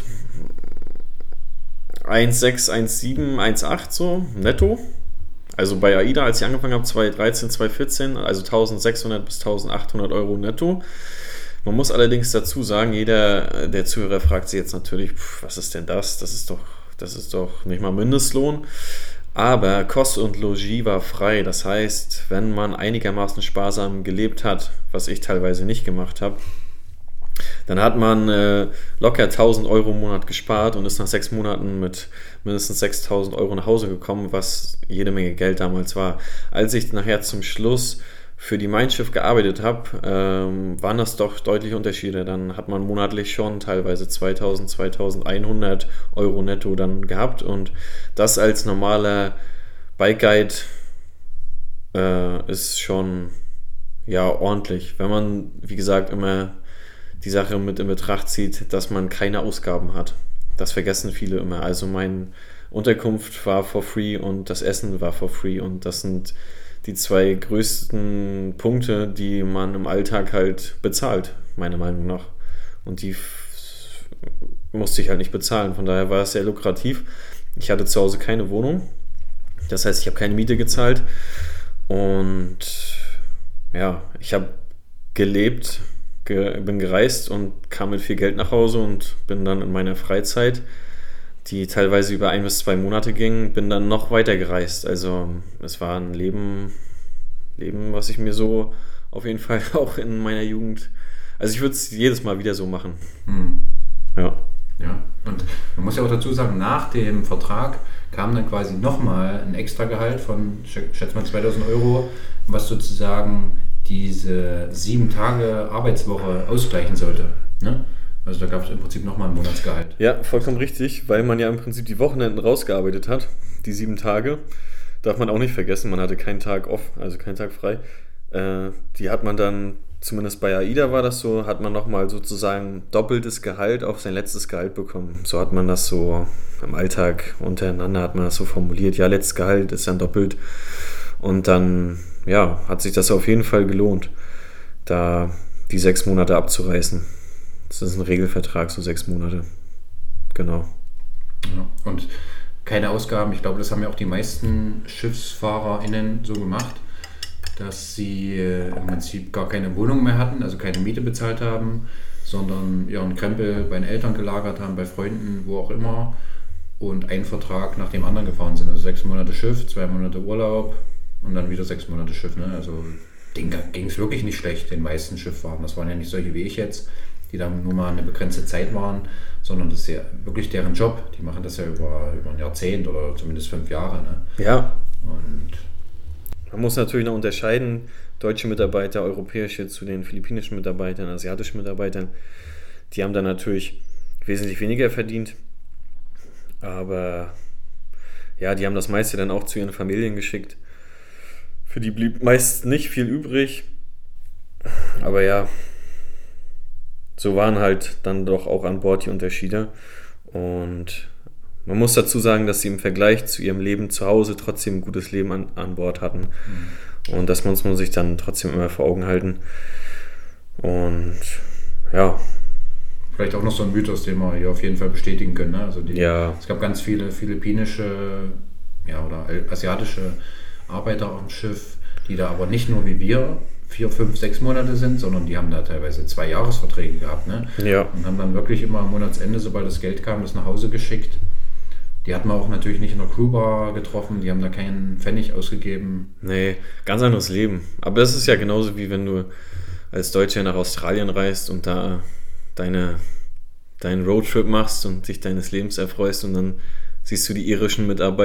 1,6, 1,7, 1,8 so, netto. Also bei AIDA, als ich angefangen habe, 2013, 2014, also 1.600 bis 1.800 Euro netto. Man muss allerdings dazu sagen, jeder der Zuhörer fragt sich jetzt natürlich, was ist denn das? Das ist doch nicht mal Mindestlohn. Aber Kost und Logis war frei. Das heißt, wenn man einigermaßen sparsam gelebt hat, was ich teilweise nicht gemacht habe, Dann hat man locker 1.000 Euro im Monat gespart und ist nach 6 Monaten mit mindestens 6.000 Euro nach Hause gekommen, was jede Menge Geld damals war. Als ich nachher zum Schluss für die Mein Schiff gearbeitet habe, waren das doch deutliche Unterschiede. Dann hat man monatlich schon teilweise 2.000, 2.100 Euro netto dann gehabt und das als normaler Bike Guide ist schon ordentlich, wenn man, wie gesagt, immer die Sache mit in Betracht zieht, dass man keine Ausgaben hat. Das vergessen viele immer. Also meine Unterkunft war for free und das Essen war for free und das sind die 2 größten Punkte, die man im Alltag halt bezahlt, meiner Meinung nach. Und die musste ich halt nicht bezahlen. Von daher war es sehr lukrativ. Ich hatte zu Hause keine Wohnung. Das heißt, ich habe keine Miete gezahlt. Und ja, ich habe gelebt, bin gereist und kam mit viel Geld nach Hause und bin dann in meiner Freizeit, die teilweise über 1 bis 2 Monate ging, bin dann noch weiter gereist. Also es war ein Leben, was ich mir so auf jeden Fall auch in meiner Jugend, also ich würde es jedes Mal wieder so machen. Ja. Ja, und man muss ja auch dazu sagen, nach dem Vertrag kam dann quasi nochmal ein Extragehalt von, schätze mal 2.000 Euro, was sozusagen diese 7 Tage Arbeitswoche ausgleichen sollte. Ne? Also da gab es im Prinzip nochmal ein Monatsgehalt. Ja, vollkommen richtig, weil man ja im Prinzip die Wochenenden rausgearbeitet hat, die 7 Tage. Darf man auch nicht vergessen, man hatte keinen Tag off, also keinen Tag frei. Die hat man dann, zumindest bei AIDA war das so, hat man nochmal sozusagen doppeltes Gehalt auf sein letztes Gehalt bekommen. So hat man das so im Alltag untereinander, hat man das so formuliert. Ja, letztes Gehalt ist dann doppelt. Und dann, ja, hat sich das auf jeden Fall gelohnt, da die 6 Monate abzureißen. Das ist ein Regelvertrag, so 6 Monate. Genau. Ja, und keine Ausgaben. Ich glaube, das haben ja auch die meisten SchiffsfahrerInnen so gemacht, dass sie im Prinzip gar keine Wohnung mehr hatten, also keine Miete bezahlt haben, sondern ihren Krempel bei den Eltern gelagert haben, bei Freunden, wo auch immer, und einen Vertrag nach dem anderen gefahren sind. Also 6 Monate Schiff, 2 Monate Urlaub und dann wieder 6 Monate Schiff. Ne? Also denen ging es wirklich nicht schlecht, den meisten Schifffahrern. Das waren ja nicht solche wie ich jetzt, die da nur mal eine begrenzte Zeit waren, sondern das ist ja wirklich deren Job. Die machen das ja über ein Jahrzehnt oder zumindest 5 Jahre. Ne? Ja. Und man muss natürlich noch unterscheiden, deutsche Mitarbeiter, europäische zu den philippinischen Mitarbeitern, asiatischen Mitarbeitern. Die haben dann natürlich wesentlich weniger verdient, aber ja, die haben das meiste dann auch zu ihren Familien geschickt. Für die blieb meist nicht viel übrig, aber ja, so waren halt dann doch auch an Bord die Unterschiede und man muss dazu sagen, dass sie im Vergleich zu ihrem Leben zu Hause trotzdem ein gutes Leben an Bord hatten. Und das muss man sich dann trotzdem immer vor Augen halten. Und ja. Vielleicht auch noch so ein Mythos, den wir hier auf jeden Fall bestätigen können. Ne? Also es gab ganz viele philippinische oder asiatische Arbeiter auf dem Schiff, die da aber nicht nur wie wir 4, 5, 6 Monate sind, sondern die haben da teilweise 2 Jahresverträge gehabt. Ne? Ja. Und haben dann wirklich immer am Monatsende, sobald das Geld kam, das nach Hause geschickt. Die hat man auch natürlich nicht in der Crewbar getroffen, die haben da keinen Pfennig ausgegeben. Nee, ganz anderes Leben. Aber das ist ja genauso wie wenn du als Deutscher nach Australien reist und da deinen Roadtrip machst und dich deines Lebens erfreust und dann siehst du die irischen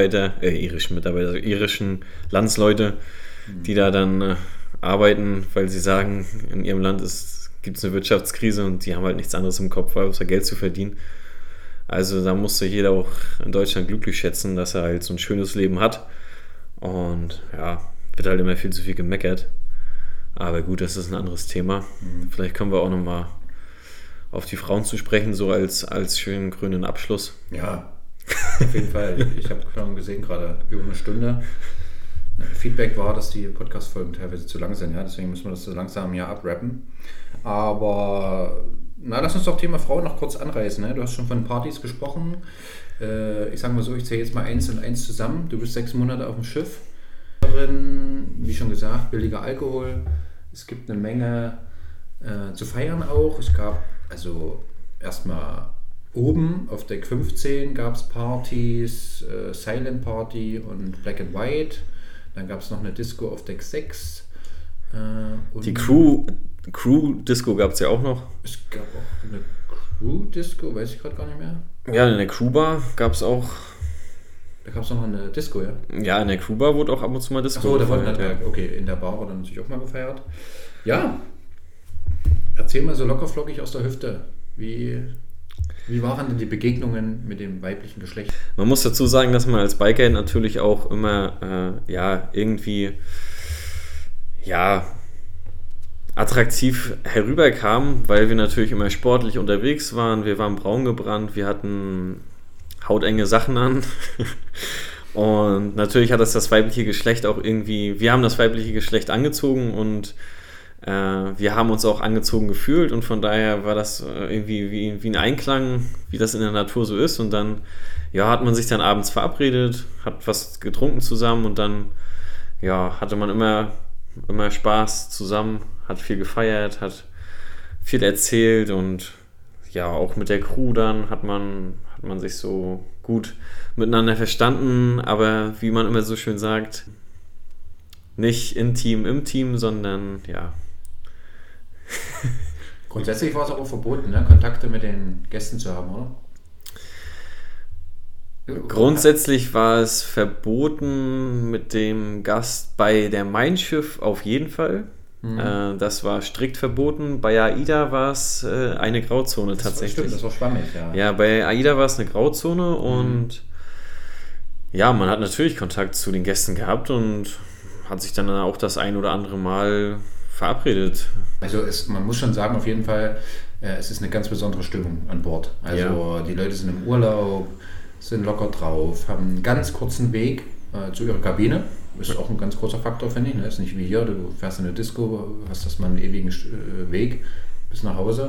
Landsleute, die da dann arbeiten, weil sie sagen, in ihrem Land gibt es eine Wirtschaftskrise und die haben halt nichts anderes im Kopf, außer Geld zu verdienen. Also da musste jeder auch in Deutschland glücklich schätzen, dass er halt so ein schönes Leben hat. Und ja, wird halt immer viel zu viel gemeckert. Aber gut, das ist ein anderes Thema. Vielleicht kommen wir auch nochmal auf die Frauen zu sprechen, so als schönen grünen Abschluss. Ja, auf jeden Fall. Ich habe schon gesehen, gerade über eine Stunde. Feedback war, dass die Podcast-Folgen teilweise zu lang sind. Ja? Deswegen müssen wir das so langsam ja abrappen. Aber lass uns doch Thema Frauen noch kurz anreißen. Ne? Du hast schon von Partys gesprochen. Ich sage mal so, ich zähle jetzt mal 1 und 1 zusammen. Du bist 6 Monate auf dem Schiff. Wie schon gesagt, billiger Alkohol. Es gibt eine Menge zu feiern auch. Es gab also erstmal oben auf Deck 15 gab es Partys, Silent Party und Black and White. Dann gab es noch eine Disco auf Deck 6. Die Crew-Disco gab es ja auch noch. Es gab auch eine Crew-Disco, weiß ich gerade gar nicht mehr. Ja, in der Crewbar gab es auch. Da gab es noch eine Disco, ja? Ja, in der Crewbar wurde auch ab und zu mal Disco. Achso, da wurde okay, in der Bar wurde dann natürlich auch mal gefeiert. Ja, erzähl mal so locker flockig aus der Hüfte, wie waren denn die Begegnungen mit dem weiblichen Geschlecht? Man muss dazu sagen, dass man als Biker natürlich auch immer irgendwie attraktiv herüberkam, weil wir natürlich immer sportlich unterwegs waren. Wir waren braun gebrannt, wir hatten hautenge Sachen an. Und natürlich hat das weibliche Geschlecht auch irgendwie, wir haben das weibliche Geschlecht angezogen und wir haben uns auch angezogen gefühlt und von daher war das irgendwie wie ein Einklang, wie das in der Natur so ist und dann hat man sich dann abends verabredet, hat was getrunken zusammen und dann hatte man immer Spaß zusammen, hat viel gefeiert, hat viel erzählt und auch mit der Crew dann hat man sich so gut miteinander verstanden, aber wie man immer so schön sagt, nicht intim im Team, sondern Grundsätzlich war es aber verboten, ne? Kontakte mit den Gästen zu haben, oder? Grundsätzlich war es verboten mit dem Gast bei der Mein Schiff auf jeden Fall. Das war strikt verboten. Bei AIDA war es eine Grauzone tatsächlich. Stimmt, das war schwammig, ja. Ja, bei AIDA war es eine Grauzone und man hat natürlich Kontakt zu den Gästen gehabt und hat sich dann auch das ein oder andere Mal verabredet. Also man muss schon sagen, auf jeden Fall, es ist eine ganz besondere Stimmung an Bord. Also die Leute sind im Urlaub, sind locker drauf, haben einen ganz kurzen Weg zu ihrer Kabine. Ist auch ein ganz großer Faktor, finde ich. Ne? Ist nicht wie hier, du fährst in eine Disco, hast das mal einen ewigen Weg bis nach Hause.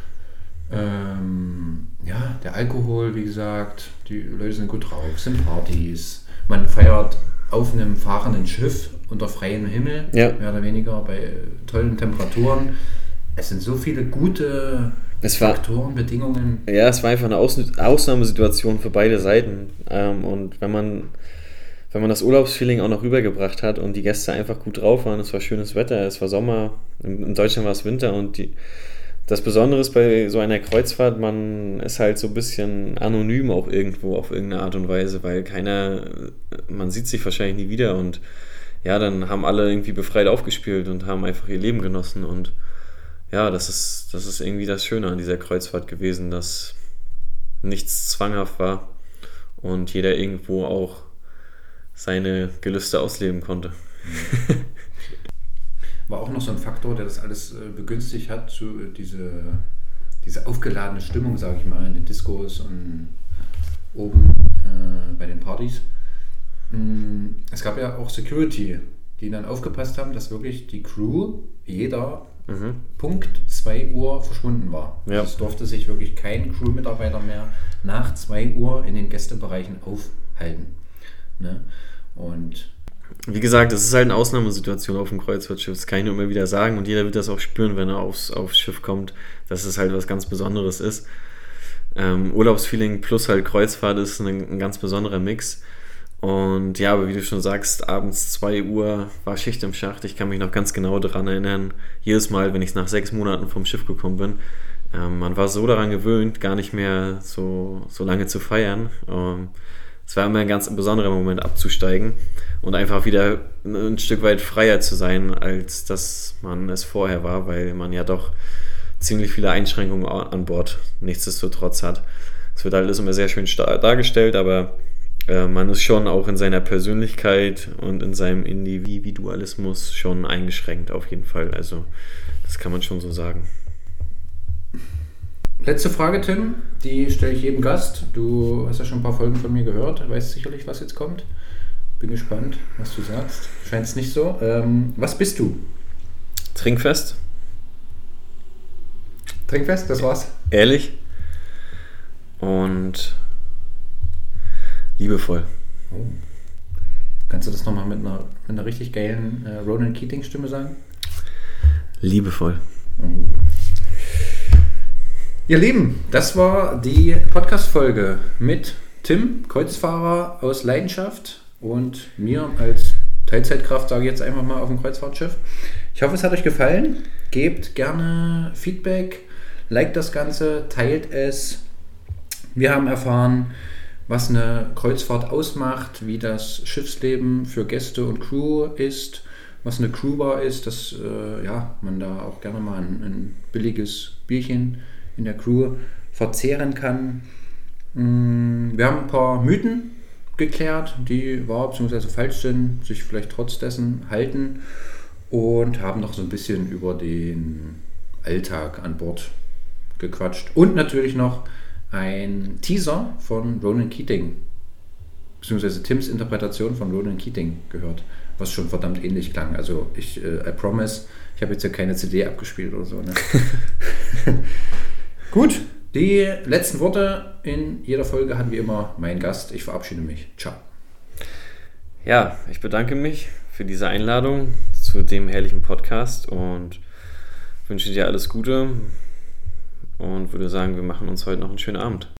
Der Alkohol, wie gesagt, die Leute sind gut drauf, es sind Partys. Man feiert auf einem fahrenden Schiff unter freiem Himmel, mehr oder weniger, bei tollen Temperaturen. Es sind so viele gute Faktoren, Bedingungen. Ja, es war einfach eine Ausnahmesituation für beide Seiten. Und wenn man das Urlaubsfeeling auch noch rübergebracht hat und die Gäste einfach gut drauf waren, es war schönes Wetter, es war Sommer, in Deutschland war es Winter und das Besondere ist bei so einer Kreuzfahrt, man ist halt so ein bisschen anonym auch irgendwo auf irgendeine Art und Weise, weil man sieht sich wahrscheinlich nie wieder und dann haben alle irgendwie befreit aufgespielt und haben einfach ihr Leben genossen und das ist irgendwie das Schöne an dieser Kreuzfahrt gewesen, dass nichts zwanghaft war und jeder irgendwo auch seine Gelüste ausleben konnte. War auch noch so ein Faktor, der das alles begünstigt hat, diese aufgeladene Stimmung, sage ich mal, in den Diskos und oben bei den Partys. Es gab ja auch Security, die dann aufgepasst haben, dass wirklich die Crew, jeder Punkt 2 Uhr verschwunden war. Ja. Es durfte sich wirklich kein Crew-Mitarbeiter mehr nach 2 Uhr in den Gästebereichen aufhalten. Ne? Und wie gesagt, es ist halt eine Ausnahmesituation auf dem Kreuzfahrtschiff, das kann ich nur immer wieder sagen und jeder wird das auch spüren, wenn er aufs Schiff kommt, dass es halt was ganz Besonderes ist. Urlaubsfeeling plus halt Kreuzfahrt ist ein ganz besonderer Mix und aber wie du schon sagst, abends 2 Uhr war Schicht im Schacht, ich kann mich noch ganz genau daran erinnern, jedes Mal, wenn ich nach 6 Monaten vom Schiff gekommen bin, man war so daran gewöhnt, gar nicht mehr so lange zu feiern. Es war immer ein ganz besonderer Moment abzusteigen und einfach wieder ein Stück weit freier zu sein, als dass man es vorher war, weil man ja doch ziemlich viele Einschränkungen an Bord nichtsdestotrotz hat. Es wird alles immer sehr schön dargestellt, aber man ist schon auch in seiner Persönlichkeit und in seinem Individualismus schon eingeschränkt auf jeden Fall. Also das kann man schon so sagen. Letzte Frage, Tim, die stelle ich jedem Gast. Du hast ja schon ein paar Folgen von mir gehört, weißt sicherlich, was jetzt kommt. Bin gespannt, was du sagst. Scheint es nicht so. Was bist du? Trinkfest. Trinkfest, das war's? Ehrlich. Und liebevoll. Oh. Kannst du das nochmal mit einer richtig geilen Ronan Keating-Stimme sagen? Liebevoll. Oh. Ihr Lieben, das war die Podcast-Folge mit Tim, Kreuzfahrer aus Leidenschaft und mir als Teilzeitkraft, sage ich jetzt einfach mal, auf dem Kreuzfahrtschiff. Ich hoffe, es hat euch gefallen. Gebt gerne Feedback, liked das Ganze, teilt es. Wir haben erfahren, was eine Kreuzfahrt ausmacht, wie das Schiffsleben für Gäste und Crew ist, was eine Crewbar ist, dass man da auch gerne mal ein billiges Bierchen in der Crew verzehren kann. Wir haben ein paar Mythen geklärt, die wahr bzw. falsch sind, sich vielleicht trotz dessen halten und haben noch so ein bisschen über den Alltag an Bord gequatscht. Und natürlich noch ein Teaser von Ronan Keating, beziehungsweise Tims Interpretation von Ronan Keating gehört, was schon verdammt ähnlich klang. Also I promise, ich habe jetzt ja keine CD abgespielt oder so. Ne? Gut, die letzten Worte in jeder Folge hat wie immer mein Gast. Ich verabschiede mich. Ciao. Ja, ich bedanke mich für diese Einladung zu dem herrlichen Podcast und wünsche dir alles Gute und würde sagen, wir machen uns heute noch einen schönen Abend.